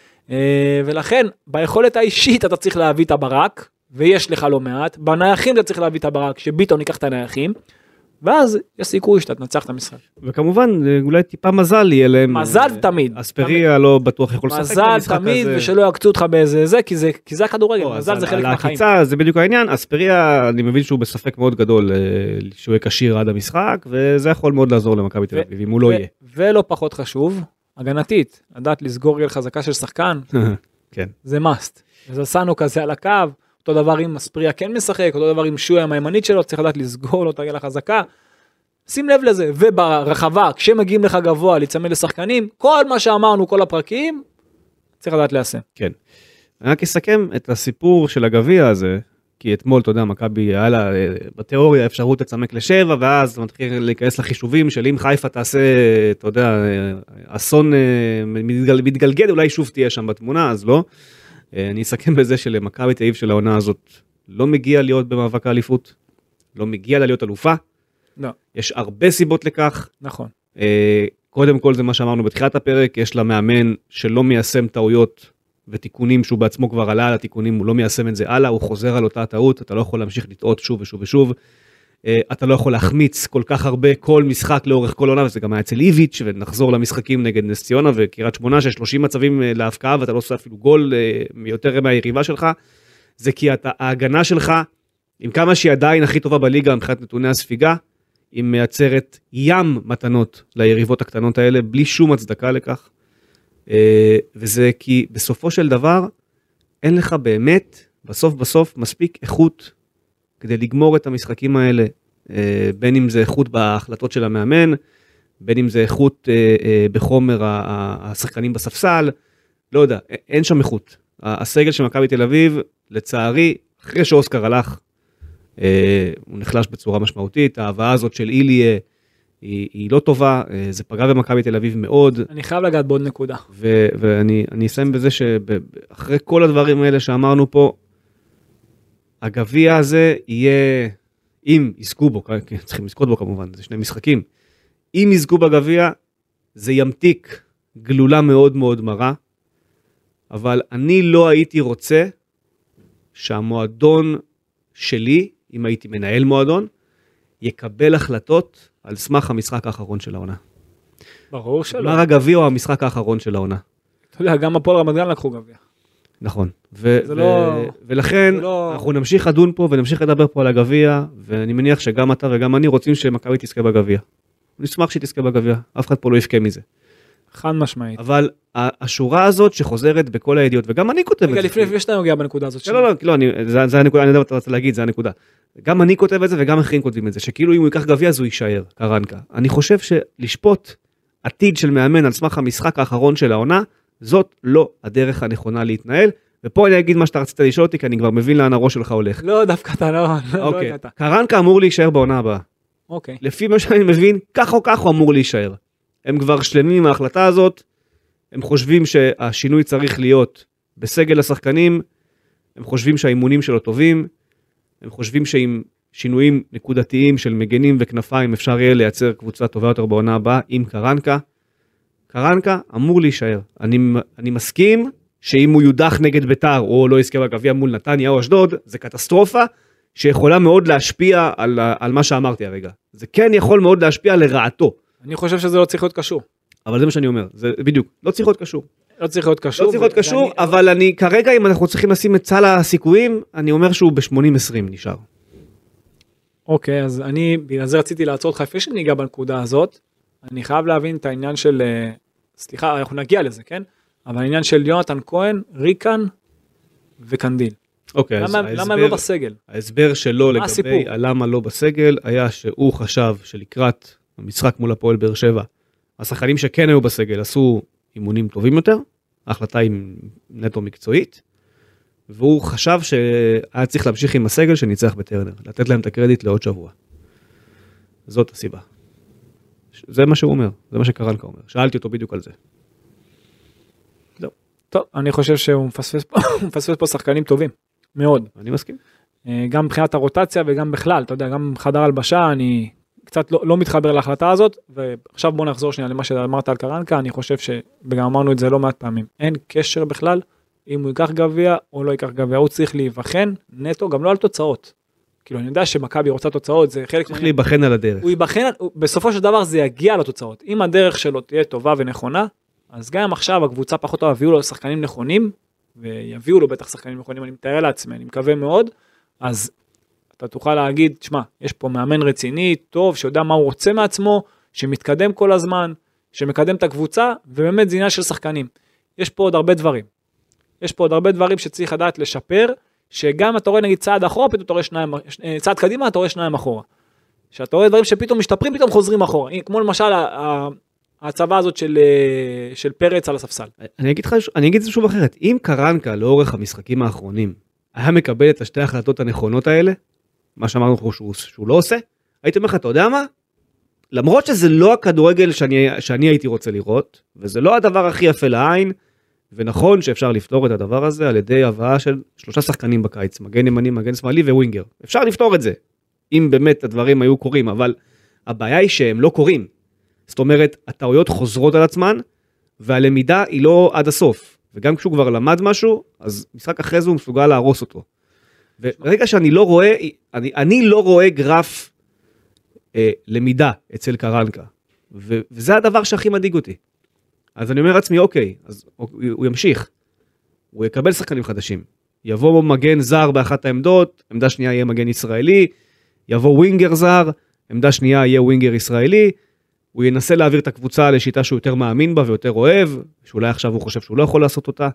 Speaker 3: ולכן ביכולת האישית אתה צריך להביא את הברק, ויש לך לא מעט, בנייחים אתה צריך להביא את הברק, שביטון ייקח את הנייחים, ואז יש סיכוי שאתה תנצח את המשחק.
Speaker 2: וכמובן, אולי טיפה מזל יהיה להם.
Speaker 3: מזל תמיד.
Speaker 2: אספריה לא בטוח יכול לשחק במשחק הזה.
Speaker 3: מזל תמיד, ושלא יקצו אותך באיזה זה, כי זה הכדורגל, מזל זה חלק מהחיים.
Speaker 2: העקיצה זה בדיוק העניין, אספריה, אני מבין שהוא בספק מאוד גדול, שהוא יהיה כשיר עד המשחק, וזה יכול מאוד לעזור למכבי תל אביב, אם הוא לא יהיה.
Speaker 3: ולא פחות חשוב, הגנתית, לדעת לסגור רגל חזקה של שחקן, זה must. אז עשינו כזה על הקו, אותו דבר עם אספריה כן משחק, אותו דבר עם שויה הימנית שלו, צריך לדעת לסגור לו את הרגל החזקה, שים לב לזה, וברחבה, כשמגיעים לך גבוה, להצמד לשחקנים, כל מה שאמרנו, כל הפרקים, צריך לדעת לעשה.
Speaker 2: כן. אני רק אסכם את הסיפור של הגביע הזה, כי אתמול, אתה יודע, מכבי היה לה בתיאוריה אפשרות לצמק ל7, ואז מתחיל להיכנס לחישובים של אם חיפה תעשה, אתה יודע, אסון מתגלגל, אולי שוב תהיה שם בתמונה, אז לא. אני אסכם בזה שלמכבי תל אביב של העונה הזאת לא מגיע להיות במאבק האליפות, לא מגיע לה להיות אלופה.
Speaker 3: לא.
Speaker 2: יש הרבה סיבות לכך.
Speaker 3: נכון.
Speaker 2: קודם כל זה מה שאמרנו בתחילת הפרק, יש לה מאמן שלא מיישם טעויות ותיקונים שהוא בעצמו כבר עלה על התיקונים, הוא לא מיישם את זה הלאה, הוא חוזר על אותה טעות, אתה לא יכול להמשיך לטעות שוב ושוב ושוב, אתה לא יכול להחמיץ כל כך הרבה כל משחק לאורך כל עונה, וזה גם היה אצל איביץ' ונחזור למשחקים נגד נס ציונה וקריית שמונה, שיש 30 מצבים להפקעה ואתה לא עושה אפילו גול יותר מהיריבה שלך, זה כי ההגנה שלך, עם כמה שהיא עדיין הכי טובה בליגה מבחינת נתוני הספיגה, היא מייצרת ים מתנות ליריבות הקטנות האלה, בלי שום הצדקה לכך, וזה כי בסופו של דבר, אין לך באמת, בסוף מספיק איכות, כדי לגמור את המשחקים האלה, בין אם זה איכות בהחלטות של המאמן, בין אם זה איכות בחומר השחקנים בספסל, לא יודע, אין שם איכות. הסגל של מכבי תל אביב, לצערי, אחרי שאוסקר הלך, הוא נחלש בצורה משמעותית, ההבאה הזאת של איליה, היא לא טובה, זה פגע במכבי תל אביב מאוד.
Speaker 3: אני חייב לגעת בעוד נקודה.
Speaker 2: ואני אסיים בזה שאחרי כל הדברים האלה שאמרנו פה, הגביע הזה יהיה, אם יזכו בו, צריכים לזכות בו כמובן, זה 2 משחקים, אם יזכו בגביע, זה ימתיק גלולה מאוד מאוד מרה, אבל אני לא הייתי רוצה שהמועדון שלי, אם הייתי מנהל מועדון, יקבל החלטות על סמך המשחק האחרון של העונה.
Speaker 3: ברור שלא.
Speaker 2: גמר הגביע הוא המשחק האחרון של העונה.
Speaker 3: אתה יודע, גם הפועל רמת גן לקחו גביע.
Speaker 2: נכון. ולכן אנחנו נמשיך לדון פה ונמשיך לדבר פה על הגביע, ואני מניח שגם אתה וגם אני רוצים שמכבי תזכה בגביע. נשמח שהיא תזכה בגביע, אף אחד פה לא יפקע מזה.
Speaker 3: חד משמעית.
Speaker 2: אבל השורה הזאת שחוזרת בכל הידיעות, וגם אני כותב את זה.
Speaker 3: רגע, לפני שאתה נוגע בנקודה הזאת.
Speaker 2: לא, זה הנקודה, אני יודע מה אתה רוצה להגיד, זה הנקודה. גם אני כותב את זה וגם אחרים כותבים את זה, שכאילו אם הוא ייקח גביע אז הוא יישאר, קרנקה. אני חושב שלשפוט עתיד של מאמן על סמך המשחק האחרון של העונה, זאת לא הדרך הנכונה להתנהל, ופה אני אגיד מה שאתה רצית לשאול אותי, כי אני כבר מבין לאן הראש שלך הולך.
Speaker 3: לא, דווקא אתה לא
Speaker 2: הגעת. קרנקה אמור להישאר בעונה הבאה.
Speaker 3: אוקיי.
Speaker 2: לפי מה שאני מבין, כך או כך הוא אמור להישאר. הם כבר שלמים עם ההחלטה הזאת, הם חושבים שהשינוי צריך להיות בסגל השחקנים, הם חושבים שהאימונים שלו טובים, הם חושבים שעם שינויים נקודתיים של מגנים וכנפיים אפשר יהיה לייצר קבוצה טובה יותר בעונה הבאה עם קרנקה. קרנקה אמור להישאר. אני מסכים שאם הוא יודח נגד ביתר או לא יזכה בגביע מול נתניה או אשדוד, זה קטסטרופה שיכולה מאוד להשפיע על מה שאמרתי הרגע. זה כן יכול מאוד להשפיע לרעתו.
Speaker 3: אני חושב שזה לא צריך להיות קשור.
Speaker 2: אבל זה מה שאני אומר, זה בדיוק, לא צריך להיות קשור.
Speaker 3: לא צריך להיות קשור.
Speaker 2: לא צריך להיות קשור, אבל אני כרגע, אם אנחנו צריכים לשים את סל הסיכויים, אני אומר שהוא ב-80-20 נשאר.
Speaker 3: אוקיי, אז אני, בגלל זה רציתי לעצור אותך, לפני שניגע בנקודה הזאת, אני חייב להבין את העניין של, סליחה, אנחנו נגיע לזה, כן? אבל העניין של יונתן כהן, ריקן וקנדיל.
Speaker 2: אוקיי,
Speaker 3: למה הם לא בסגל?
Speaker 2: ההסבר שלו לגבי למה לא בסגל, היה שהוא חשב שלקראת המשחק מול הפועל באר שבע, השחקנים שכן היו בסגל עשו אימונים טובים יותר, ההחלטה היא נטו מקצועית, והוא חשב שהיה צריך להמשיך עם הסגל שניצח בטרנר, לתת להם את הקרדיט לעוד שבוע. זאת הסיבה. זה מה שהוא אומר, זה מה שקרנקה אומר. שאלתי אותו בדיוק על זה.
Speaker 3: לא. טוב, אני חושב שהוא מפספס פה שחקנים טובים, מאוד.
Speaker 2: אני מסכים.
Speaker 3: גם מבחינת הרוטציה וגם בכלל, אתה יודע, גם חדר הלבשה, אני קצת לא מתחבר להחלטה הזאת, ועכשיו בוא נחזור שנייה למה שאמרת על קרנקה, אני חושב וגם אמרנו את זה לא מעט פעמים, אין קשר בכלל, אם הוא ייקח גביע או לא ייקח גביע, הוא צריך להיבחן נטו, גם לא על תוצאות. כאילו, אני יודע שמכבי רוצה תוצאות, זה חלק...
Speaker 2: צריך להיבחן על הדרך.
Speaker 3: הוא ייבחן, בסופו של דבר זה יגיע לתוצאות. אם הדרך שלו תהיה טובה ונכונה, אז גם עכשיו הקבוצה פחות טובה, יביאו לו שחקנים נכונים, ויביאו לו בטח שחקנים נכונים, אני מתאר לעצמי, אני מקווה מאוד, אז אתה תוכל להגיד, תשמע, יש פה מאמן רציני, טוב, שיודע מה הוא רוצה מעצמו, שמתקדם כל הזמן, שמקדם את הקבוצה, ובאמת זה עניין של שחקנים. יש פה עוד הרבה דברים. יש פה עוד הרבה דברים שצריך לדעת לשפר, שגם אתה רואה נגיד צעד אחורה, פתאום אתה רואה צעד קדימה, אתה רואה שניים אחורה. שאתה רואה דברים שפתאום משתפרים, פתאום חוזרים אחורה. כמו למשל ההצבה הזאת של פרץ על הספסל.
Speaker 2: אני אגיד את זה שוב אחרת. אם קרנקה לאורך המשחקים האחרונים, היה מקבל את השתי ההחלטות הנכונות האלה, מה שאמרנו שהוא לא עושה, הייתי אומר לך, אתה יודע מה? למרות שזה לא הכדורגל שאני הייתי רוצה לראות, וזה לא הדבר הכי יפה לעין, ונכון שאפשר לפתור את הדבר הזה על ידי הבאה של 3 שחקנים בקיץ, מגן ימני, מגן שמאלי וווינגר. אפשר לפתור את זה, אם באמת הדברים היו קורים, אבל הבעיה היא שהם לא קורים. זאת אומרת, הטעויות חוזרות על עצמן, והלמידה היא לא עד הסוף. וגם כשהוא כבר למד משהו, אז משחק אחרי זה הוא מסוגל להרוס אותו. וברגע שאני לא רואה, אני לא רואה גרף למידה אצל קרנקה. וזה הדבר שהכי מדאיג אותי. אז אני אומר לעצמי, אוקיי, אז הוא ימשיך. הוא יקבל שחקנים חדשים. יבוא מגן זר באחת העמדות, עמדה שנייה יהיה מגן ישראלי, יבוא ווינגר זר, עמדה שנייה יהיה ווינגר ישראלי, הוא ינסה להעביר את הקבוצה לשיטה שהוא יותר מאמין בה ויותר אוהב, שאולי עכשיו הוא חושב שהוא לא יכול לעשות אותה,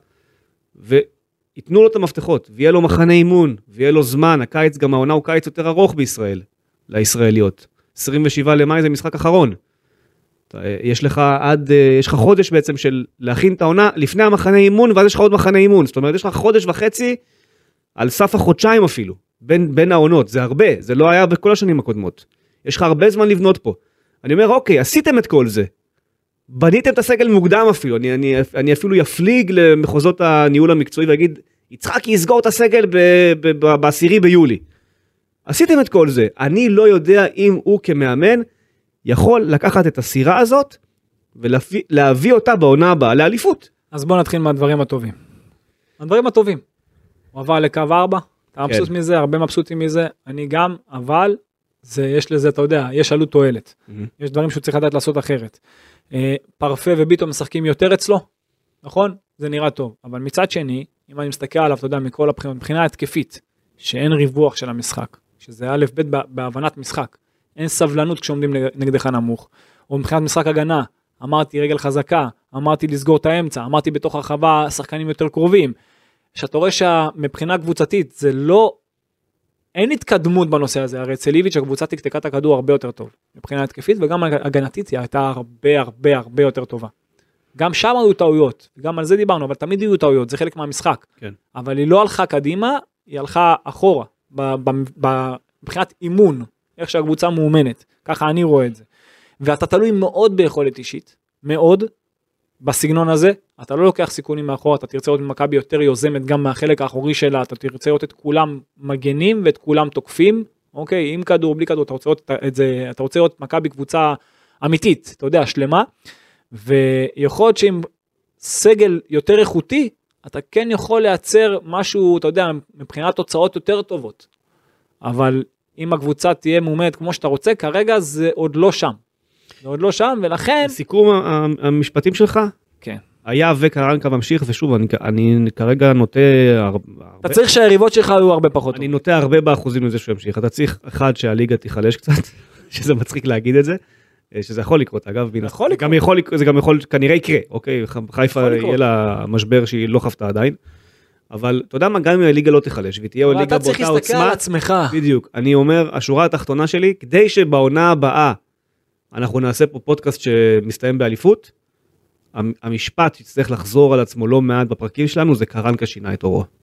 Speaker 2: ויתנו לו את המפתחות, ויהיה לו מחנה אימון, ויהיה לו זמן, הקיץ גם העונה הוא קיץ יותר ארוך בישראל, לישראליות. 27 למאי זה משחק אחרון. יש לך חודש בעצם של להכין את העונה לפני המחנה אימון, ואז יש לך עוד מחנה אימון. זאת אומרת, יש לך חודש וחצי על סף החודשיים אפילו, בין העונות. זה הרבה, זה לא היה בכל השנים הקודמות. יש לך הרבה זמן לבנות פה. אני אומר, אוקיי, עשיתם את כל זה. בניתם את הסגל מוקדם אפילו. אני אפילו יפליג למחוזות הניהול המקצועי ויגיד, יצחק יסגור את הסגל ב-10 ביולי. עשיתם את כל זה. אני לא יודע אם הוא כמאמן יכול לקחת את הסירה הזאת, ולהביא אותה בעונה הבאה לאליפות.
Speaker 3: אז בוא נתחיל מהדברים הטובים. הדברים הטובים. הוא עבר לקו 4, אתה מבסוט מזה, הרבה מבסוטים מזה, אני גם, אבל יש לזה, אתה יודע, יש עלות תועלת. יש דברים שהוא צריך לדעת לעשות אחרת. פרפה וביטו משחקים יותר אצלו, נכון? זה נראה טוב. אבל מצד שני, אם אני מסתכל עליו, אתה יודע, מכל הבחינות, מבחינה התקפית, שאין ריווח של המשחק, שזה א' ב' בהבנת משחק, אין סבלנות כשעומדים נגדך נמוך, או מבחינת משחק הגנה, אמרתי רגל חזקה, אמרתי לסגור את האמצע, אמרתי בתוך הרחבה שחקנים יותר קרובים, שאתה רואה שמבחינה קבוצתית זה לא, אין התקדמות בנושא הזה, הרי אצל איביץ' הקבוצה תקתקה את הכדור הרבה יותר טוב, מבחינה התקפית וגם הגנתית היא הייתה הרבה יותר טובה. גם שם היו טעויות, גם על זה דיברנו, אבל תמיד היו טעויות, זה חלק מהמשחק. כן. אבל היא לא הלכה קדימה, היא הלכה אחורה, מבחינת אימון, איך שהקבוצה מאומנת, ככה אני רואה את זה. ואתה תלוי מאוד ביכולת אישית, מאוד, בסגנון הזה, אתה לא לוקח סיכונים מאחור, אתה תרצה להיות מכבי יותר יוזמת גם מהחלק האחורי שלה, אתה תרצה להיות את כולם מגנים ואת כולם תוקפים, אוקיי, עם כדור, בלי כדור, אתה רוצה להיות את זה, אתה רוצה להיות מכבי קבוצה אמיתית, אתה יודע, שלמה, ויכול להיות שעם סגל יותר איכותי, אתה כן יכול לייצר משהו, אתה יודע, מבחינת תוצאות יותר טובות, אבל אם הקבוצה תהיה מאומנת כמו שאתה רוצה, כרגע זה עוד לא שם. זה עוד לא שם, ולכן...
Speaker 2: סיכום המשפטים שלך?
Speaker 3: כן.
Speaker 2: היה וקרנקה ממשיך, ושוב, אני כרגע נוטה...
Speaker 3: אתה צריך שהיריבות שלך היו הרבה פחות.
Speaker 2: אני נוטה הרבה באחוזים לזה שהוא ימשיך. אתה צריך אחד שהליגה תיחלש קצת, שזה מצחיק להגיד את זה, שזה יכול לקרות, אגב. זה גם יכול, כנראה יקרה, אוקיי? חיפה יהיה לה משבר שהיא לא חפתה עדיין. אבל אתה יודע מה, גם אם הליגה לא תיחלש, ותהיה ליגה באותה עוצמה... אתה צריך להסתכל על עצמך. בדיוק. אני אומר, השורה התחתונה שלי, כדי שבעונה הבאה אנחנו נעשה פה פודקאסט שמסתיים באליפות, המשפט שצריך לחזור על עצמו לא מעט בפרקים שלנו, זה קרנקה שינה את אורו.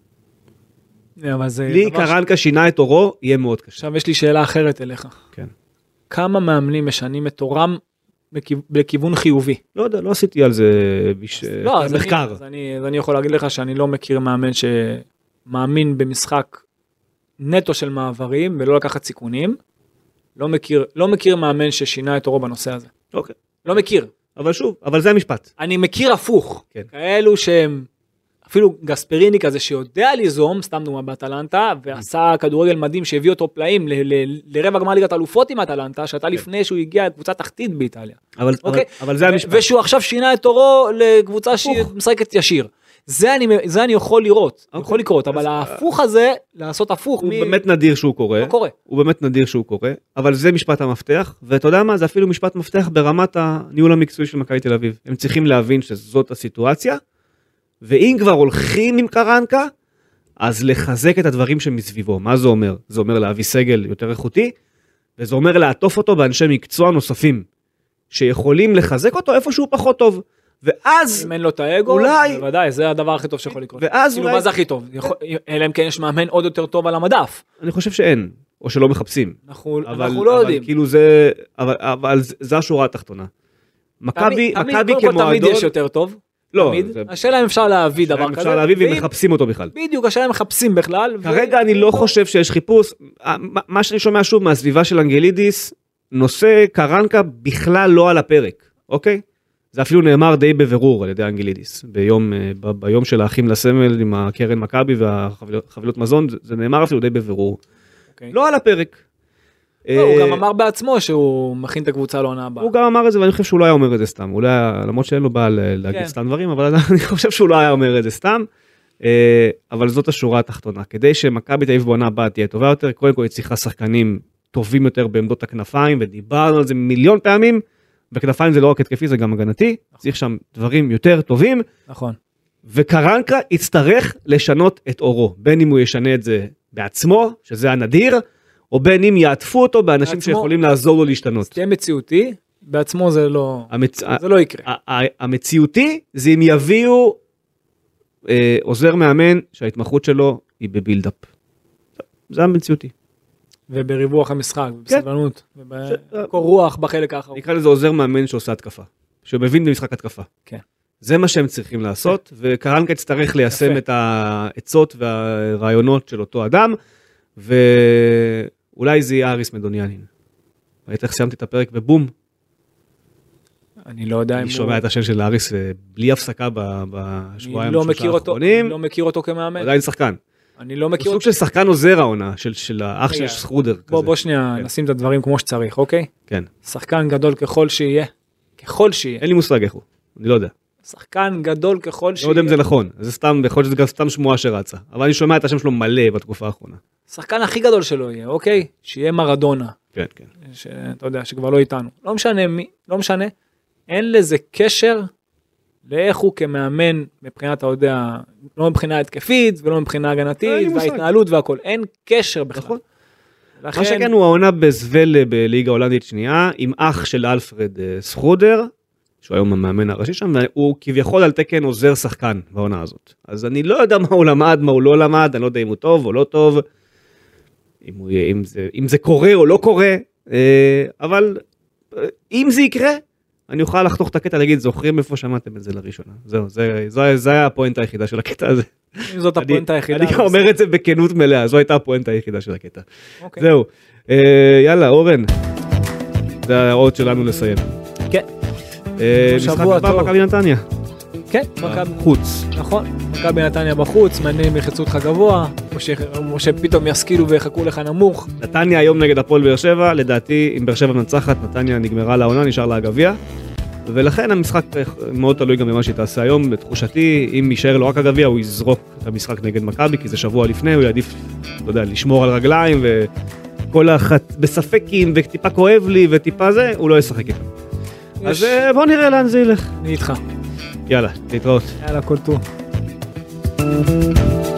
Speaker 2: לי קרנקה שינה את אורו, יהיה מאוד קשה.
Speaker 3: עכשיו יש לי שאלה אחרת אליך.
Speaker 2: כן.
Speaker 3: כמה מאמנים משנים את אורם בכיוון חיובי?
Speaker 2: לא יודע, לא עשיתי על זה מחקר.
Speaker 3: אז אני יכול להגיד לך שאני לא מכיר מאמן שמאמין במשחק נטו של מעברים, ולא לקחת סיכונים. לא מכיר מאמן ששינה את אורו בנושא הזה.
Speaker 2: אוקיי.
Speaker 3: לא מכיר.
Speaker 2: אבל שוב, אבל זה המשפט.
Speaker 3: אני מכיר הפוך.
Speaker 2: כן.
Speaker 3: כאלו שהם, אפילו גספריני כזה שיודע ליזום, סתם דוגמה באטלנטה, ועשה כדורגל מדהים שהביא אותו פלאים לרבע גמר ליגת אלופות עם אטלנטה, שהייתה לפני שהוא הגיע לקבוצה תחתית באיטליה.
Speaker 2: אבל זה המשפט.
Speaker 3: ושהוא עכשיו שינה את אורו לקבוצה שמשחקת ישיר. זה אני יכול לראות, יכול לקרות, אבל ההפוך הזה, לעשות הפוך,
Speaker 2: הוא באמת נדיר שהוא קורה, הוא באמת נדיר שהוא קורה, אבל זה משפט המפתח, ואתה יודע מה, זה אפילו משפט מפתח ברמת הניהול המקצועי של מכבי תל אביב, הם צריכים להבין שזאת הסיטואציה, ואם כבר הולכים עם קרנקה, אז לחזק את הדברים שמסביבו, מה זה אומר? זה אומר להביא סגל יותר איכותי, וזה אומר לעטוף אותו באנשי מקצוע נוספים, שיכולים לחזק אותו איפה שהוא פחות טוב, ואז
Speaker 3: אם אין לו את האגו, בוודאי, זה הדבר הכי טוב שיכול לקרות.
Speaker 2: ואז
Speaker 3: כאילו, מה זה הכי טוב? אלא אם כן יש מאמן עוד יותר טוב על המדף.
Speaker 2: אני חושב שאין, או שלא מחפשים.
Speaker 3: אנחנו לא יודעים.
Speaker 2: כאילו זה, אבל זה השורה התחתונה. מכבי כמועדון...
Speaker 3: תמיד יש יותר טוב.
Speaker 2: לא.
Speaker 3: השאלה אם אפשר להביא דבר כזה.
Speaker 2: אפשר להביא ומחפשים אותו בכלל.
Speaker 3: בדיוק, השאלה אם מחפשים בכלל.
Speaker 2: כרגע אני לא חושב שיש חיפוש. מה שאני שומע שוב מהסביבה של אנגלידיס, נושא קרנקה בכלל לא על הפרק, אוקיי? זה אפילו נאמר די בבירור על ידי אנגלידיס, ביום של האחים לסמל עם הקרן מכבי והחבילות מזון, זה נאמר אפילו די בבירור. לא על הפרק.
Speaker 3: הוא גם אמר בעצמו שהוא מכין את הקבוצה לעונה הבאה.
Speaker 2: הוא גם אמר את זה, ואני חושב שהוא לא היה אומר את זה סתם, למרות שאין לו בעל להגיד סתם דברים, אבל אני חושב שהוא לא היה אומר את זה סתם, אבל זאת השורה התחתונה. כדי שמכבי תל אביב בעונה הבאה תהיה טובה יותר, קודם כל היא צריכה שחקנים טובים יותר בעמדות הכנפיים, ודיברנו על זה מיליון פעמים, וכנפיים זה לא רק התקפי, זה גם הגנתי, צריך שם דברים יותר טובים.
Speaker 3: נכון.
Speaker 2: וקרנקה יצטרך לשנות את אורו, בין אם הוא ישנה את זה בעצמו, שזה הנדיר, או בין אם יעטפו אותו באנשים שיכולים לעזור לו להשתנות.
Speaker 3: זה תהיה מציאותי, בעצמו זה לא יקרה.
Speaker 2: המציאותי זה אם יביאו עוזר מאמן שההתמחות שלו היא בבילדאפ. זה המציאותי.
Speaker 3: ובריווח המשחק, בסבלנות, ובקור רוח בחלק האחרון.
Speaker 2: נקרא לזה עוזר מאמן שעושה התקפה, שמבין במשחק התקפה.
Speaker 3: כן.
Speaker 2: זה מה שהם צריכים לעשות, וקרנקה יצטרך ליישם את העצות והרעיונות של אותו אדם, ואולי זה יהיה אריס מדוניאנין. ראית איך סיימתי את הפרק ובום,
Speaker 3: אני לא יודע אם
Speaker 2: אני שומע את השם של האריס בלי הפסקה בשבועיים שלושה האחרונים.
Speaker 3: אני לא מכיר אותו כמאמן.
Speaker 2: עדיין שחקן.
Speaker 3: אני לא מכיר
Speaker 2: אותו. סוג של שחקן עוזר העונה, של האח של סחרודר.
Speaker 3: בוא שנייה, נשים את הדברים כמו שצריך, אוקיי?
Speaker 2: כן.
Speaker 3: שחקן גדול ככל שיהיה. ככל שיהיה.
Speaker 2: אין לי מושג איך הוא, אני לא יודע.
Speaker 3: שחקן גדול ככל שיהיה.
Speaker 2: לא יודע אם זה נכון, זה סתם, יכול להיות שזה גם סתם שמועה שרצה. אבל אני שומע את השם שלו מלא בתקופה האחרונה.
Speaker 3: שחקן הכי גדול שלו יהיה, אוקיי? שיהיה מרדונה.
Speaker 2: כן, כן.
Speaker 3: אתה יודע, שכבר לא איתנו. לא משנה מי, לא משנה. אין לזה קשר לאיך הוא כמאמן מבחינת, אתה יודע, לא מבחינה התקפית ולא מבחינה הגנתית, וההתנהלות והכל. אין קשר בכלל.
Speaker 2: מה שכן הוא העונה בזוול בליגה הולנדית שנייה, עם אח של אלפרד סחרודר, שהוא היום המאמן הראשי שם, והוא כביכול על תקן עוזר שחקן בעונה הזאת. אז אני לא יודע מה הוא למד, מה הוא לא למד, אני לא יודע אם הוא טוב או לא טוב, אם זה קורה או לא קורה, אבל אם זה יקרה, אני אוכל לחתוך את הקטע, להגיד, זוכרים איפה שמעתם את זה לראשונה. זהו, זה היה הפואנטה היחידה של הקטע הזה.
Speaker 3: אם זאת הפואנטה היחידה.
Speaker 2: אני אומר את זה בכנות מלאה, זו הייתה הפואנטה היחידה של הקטע. זהו, יאללה, אורן, זה העוד שלנו לסיים.
Speaker 3: כן.
Speaker 2: משחק הבא, מכבי נתניה.
Speaker 3: כן,
Speaker 2: חוץ.
Speaker 3: נכון, מכבי נתניה בחוץ, מעניינים יחצו אותך גבוה, או שפתאום ישכילו ויחכו לך נמוך.
Speaker 2: נתניה היום נגד הפועל באר שבע, לדעתי, אם באר שבע מנצחת, נתניה נגמרה לעונה, נשאר לה הגביע, ולכן המשחק מאוד תלוי גם במה שהיא תעשה היום, בתחושתי, אם יישאר לו רק הגביע, הוא יזרוק את המשחק נגד מכבי, כי זה שבוע לפני, הוא יעדיף, אתה יודע, לשמור על רגליים, וכל בספקים, וטיפה כואב לי, וטיפה זה, הוא לא ישחק איתו. אז בוא נראה לאן זה ילך.
Speaker 3: אני איתך.
Speaker 2: יאללה, להתראות.
Speaker 3: יאללה, כל טוב.